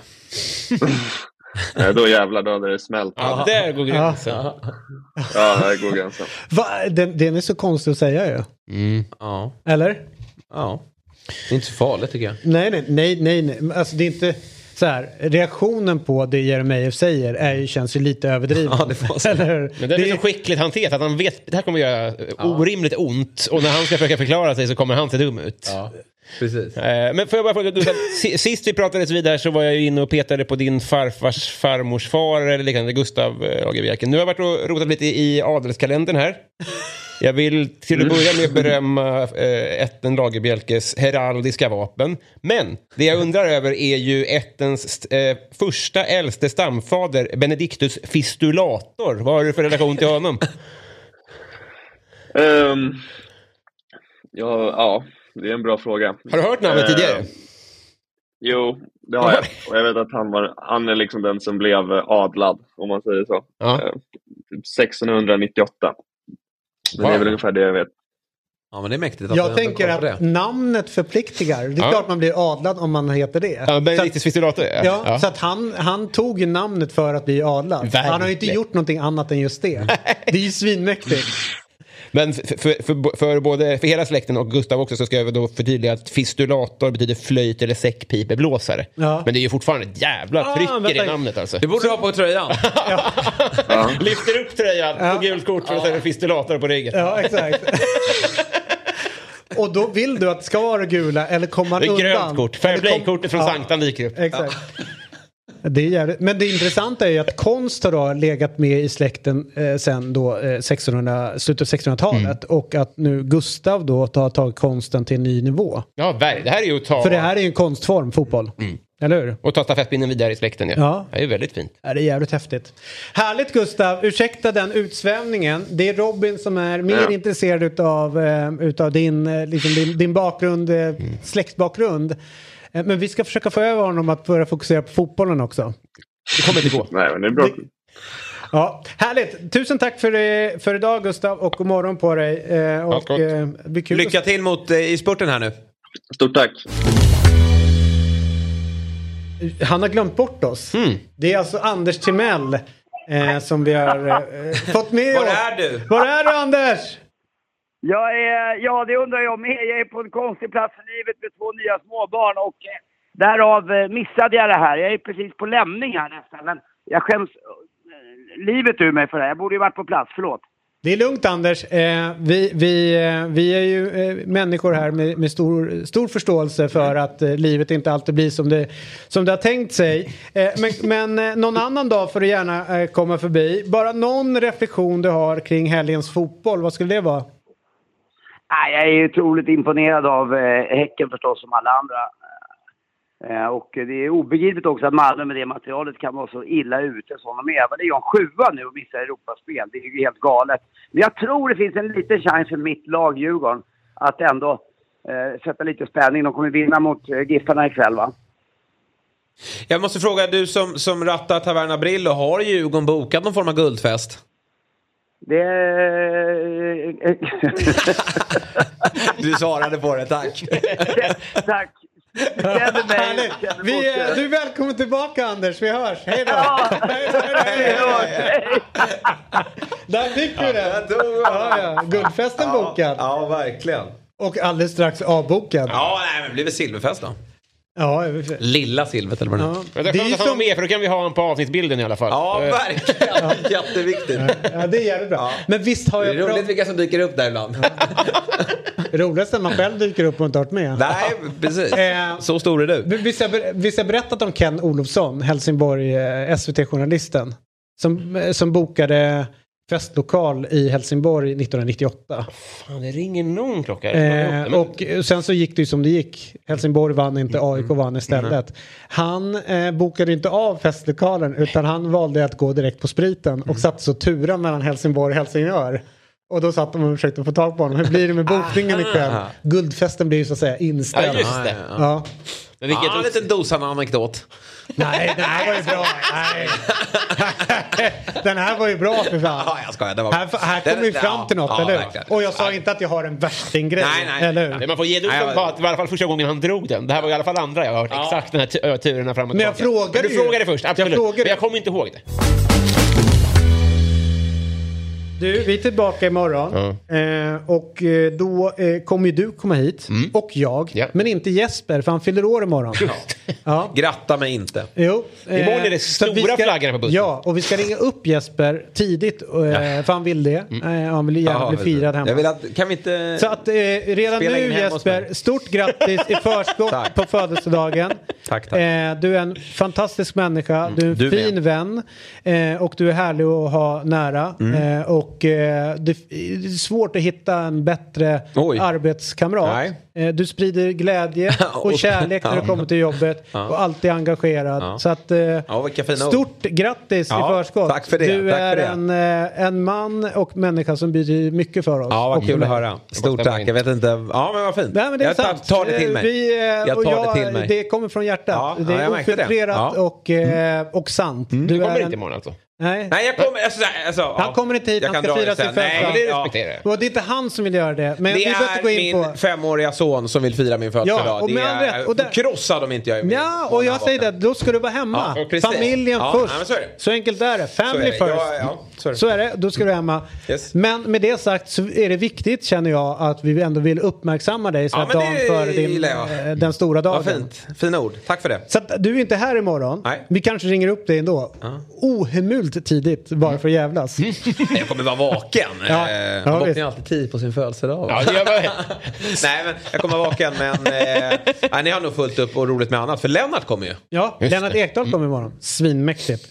Då jävlar, då hade det smält. Ja, där går gränsen. Ja, där går gränsen. Den är så konstigt att säga ju. Ja. Eller? Ja. Det är inte så farligt tycker jag. Nej. Alltså det är inte så här. Reaktionen på det Jeremejeff säger känns ju lite överdriven. Ja, det var så. Men det är så skickligt hanterat att han vet att det här kommer göra orimligt ont. Och när han ska försöka förklara sig så kommer han se dum ut. Ja, precis. Men får jag bara fråga, sist vi pratades vidare så var jag ju inne och petade på din farfars farmors far eller liknande, Gustav Lagerbielke. Nu har jag varit och rotat lite i adelskalendern här. Jag vill till att börja med berömma ätten Lagerbielkes heraldiska vapen. Men det jag undrar över är ju ättens första äldste stamfader, Benedictus Fistulator. Vad har du för relation till honom? Det är en bra fråga. Har du hört namnet tidigare? Jo, det har jag. Och jag vet att han är liksom den som blev adlad, om man säger så. Ja. Typ 1698. Men det är väl ungefär det jag vet. Ja, men det är mäktigt. Att jag tänker att namnet förpliktigar. Det är klart man blir adlad om man heter det. Ja, Benedictus Fistorator. Ja, så att han tog ju namnet för att bli adlad. Verkligen. Han har ju inte gjort någonting annat än just det. Det är ju svinmäktigt. Men för hela släkten och Gustav också så ska jag då förtydliga att fistulator betyder flöjt eller säckpipeblåsare. Ja. Men det är ju fortfarande ett jävla tryck i det namnet alltså. Det borde du ha på tröjan. Lyfter upp tröjan på gult kort och så är det fistulator på ryggen. Ja, exakt. Och då vill du att det ska vara gula eller komma undan. Det är grönt kort. Fairplay-kortet från Sanktan dyker upp. Exakt. Det är jävligt. Men det intressanta är ju att konst har då legat med i släkten sen då slutet av 1600-talet och att nu Gustav då har tagit konsten till en ny nivå. Ja, det här är ju att ta... För det här är ju en konstform, fotboll. Eller hur? Och ta stafettpinnen vidare i släkten, ja. Det är ju väldigt fint. Ja, det är jävligt häftigt. Härligt Gustav, ursäkta den utsvävningen. Det är Robin som är mer intresserad utav din bakgrund, släktbakgrund. Men vi ska försöka få över honom att börja fokusera på fotbollen också. Det kommer inte gå. Nej, men det är bra. Ja, härligt. Tusen tack för idag Gustav och god morgon på dig. Lycka till i spurten här nu. Stort tack. Han har glömt bort oss. Det är alltså Anders Timell som vi har fått med oss. Var är du? Var är du Anders? Det undrar jag med. Jag är på en konstig plats i livet med 2 nya småbarn och därav missade jag det här. Jag är precis på lämning här nästan, men jag skäms livet ur mig för det. Jag borde ju varit på plats, förlåt. Det är lugnt Anders. Vi är ju människor här med stor förståelse för att livet inte alltid blir som det har tänkt sig. Men någon annan dag får du gärna komma förbi. Bara någon reflektion du har kring helgens fotboll. Vad skulle det vara? Jag är ju otroligt imponerad av Häcken förstås som alla andra. Och det är obegripligt också att Malmö med det materialet kan vara så illa ute som de är. Det är ju en 7 nu och missar Europaspel. Det är ju helt galet. Men jag tror det finns en liten chans för mitt lag Djurgården att ändå sätta lite spänning. De kommer vinna mot Giffarna ikväll, va? Jag måste fråga, du som rattar Taverna Brillo, har Djurgården bokat någon form av guldfest? Du svarade på det, tack. Tack. Du är välkommen tillbaka Anders, vi hörs. Hej då. Där fick du det. Guldfesten bokad. Ja, verkligen. Och alldeles strax avbokad. Ja, men det blir väl silverfest då. Ja, Lilla silvret eller vad det är. Det är som med, för då kan vi ha en på avsnittsbilden i alla fall. Ja, verkligen. Jätteviktigt. Ja, det är jävligt bra. Men visst har jag... Det är roligt vilka som dyker upp där ibland. Roligast när man själv dyker upp och inte varit med. Nej, precis. Så stor är du. Visst har berättat om Ken Olofsson, Helsingborg, SVT-journalisten. Som bokade festlokal i Helsingborg 1998. Fan, det ringer någon klocka. Och sen så gick det ju som det gick. Helsingborg vann inte, AIK vann istället. Han bokade inte av festlokalen utan han valde att gå direkt på spriten och satt så turen mellan Helsingborg och Helsingör. Och då satt de och försökte få tag på honom. Hur blir det med bokningen ikväll? Guldfesten blir ju så att säga inställd. Ja, just det. Ja. Men en liten dosan anekdot. Nej, den här var ju bra. Nej. Den här var ju bra för fan. Ja, jag skojar. Här kommer vi fram till något, eller hur? Verkligen. Och jag sa inte att jag har en värstinggrej. Nej. Eller hur? Man får ge Dusan på att i alla fall första gången han drog den. Det här var i alla fall andra jag har hört exakt den här turerna fram och tillbaka. Men du frågade först, absolut. Men jag kommer inte ihåg det. Du, vi är tillbaka imorgon och då kommer ju du komma hit och jag, men inte Jesper för han fyller år imorgon. Ja. Gratta mig inte. Jo, imorgon är det stora flaggan på bussen. Ja, och vi ska ringa upp Jesper tidigt för han vill det. Han vill gärna bli firad hemma. Jag vill att, kan vi inte... Så att redan nu Jesper, stort grattis i förskott på födelsedagen. Tack. Du är en fantastisk människa, du är en fin vän och du är härlig att ha nära. Och och det är svårt att hitta en bättre arbetskamrat. Du sprider glädje och kärlek när du kommer till jobbet och alltid engagerad. Så att, stort grattis i förskott. Tack för det. Du är en man och människa som betyder mycket för oss. Ja, vad kul att höra. Stort tack. Jag vet inte. Ja, men vad fint. Nej, men det är jag tar det till mig. Jag tar det till mig. Det kommer från hjärtat. Det är ofiltrerat och sant. Du kommer inte imorgon alltså? Nej, jag kommer... han kommer inte hit, han ska fira sin födelsedag. Det respekterar jag. Och det är inte han som vill göra det. Men det är gå in min på 5-åriga son som vill fira min födelsedag. Och det är krossad om inte jag är med. Ja, och jag säger det, då ska du vara hemma. Familjen först. Så enkelt är det. Family first. Så är det, då ska du hemma. Yes. Men med det sagt så är det viktigt, känner jag, att vi ändå vill uppmärksamma dig så att dagen före den stora dagen. Ja, fint. Fina ord. Tack för det. Så att du är inte här imorgon. Nej. Vi kanske ringer upp dig ändå. Ohemult tidigt, bara för att jävlas. Jag kommer vara vaken. Man vaknar alltid 10 på sin födelsedag. Ja, det gör jag. Nej, men jag kommer vara vaken. Men ni har nog fullt upp och roligt med annat. För Lennart kommer ju. Ja, Lennart Ekdahl kommer imorgon. Svinmäktigt.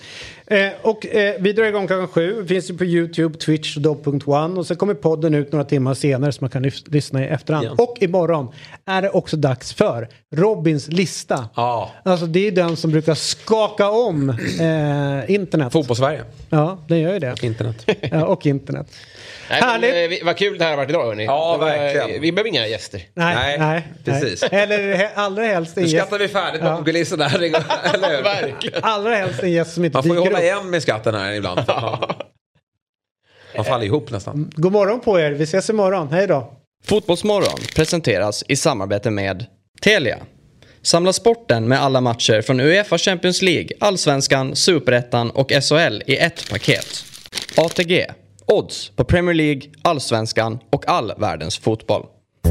Vi drar igång klockan 7. Det finns ju på YouTube, Twitch och Dobb.one. Och så kommer podden ut några timmar senare så man kan lyssna i efterhand. Ja. Och imorgon är det också dags för Robins lista. Ja. Alltså det är den som brukar skaka om internet. Fotbollssverige. Ja, det gör ju det. Internet. Ja, och internet. Härligt. Vad kul det här har varit idag, hörni. Ja, verkligen. Vi behöver inga gäster. Nej, precis. Eller allra helst en gäst. Nu gäst. skrattar vi färdigt bakom kulisserna här. Eller hur? Verkligen. Allra helst en gäst som inte dyker upp. Man får ju hålla igen med skatten här ibland. Man faller ihop nästan. God morgon på er. Vi ses imorgon. Hej då. Fotbollsmorgon presenteras i samarbete med Telia. Samla sporten med alla matcher från UEFA Champions League, Allsvenskan, Superettan och SHL i ett paket. ATG. Odds på Premier League, Allsvenskan och all världens fotboll.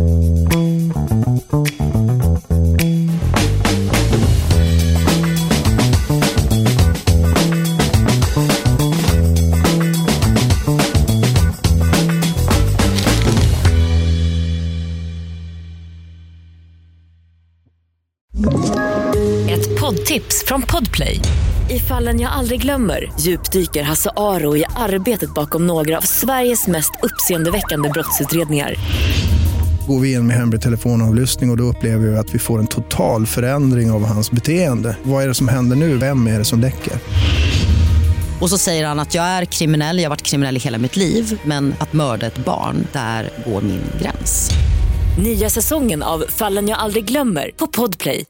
Ett poddtips från Podplay. I Fallen jag aldrig glömmer djupdyker Hasse Aro i arbetet bakom några av Sveriges mest uppseendeväckande brottsutredningar. Går vi in med hemlig telefonavlyssning och då upplever vi att vi får en total förändring av hans beteende. Vad är det som händer nu? Vem är det som läcker? Och så säger han att jag är kriminell, jag har varit kriminell i hela mitt liv. Men att mörda ett barn, där går min gräns. Nya säsongen av Fallen jag aldrig glömmer på Podplay.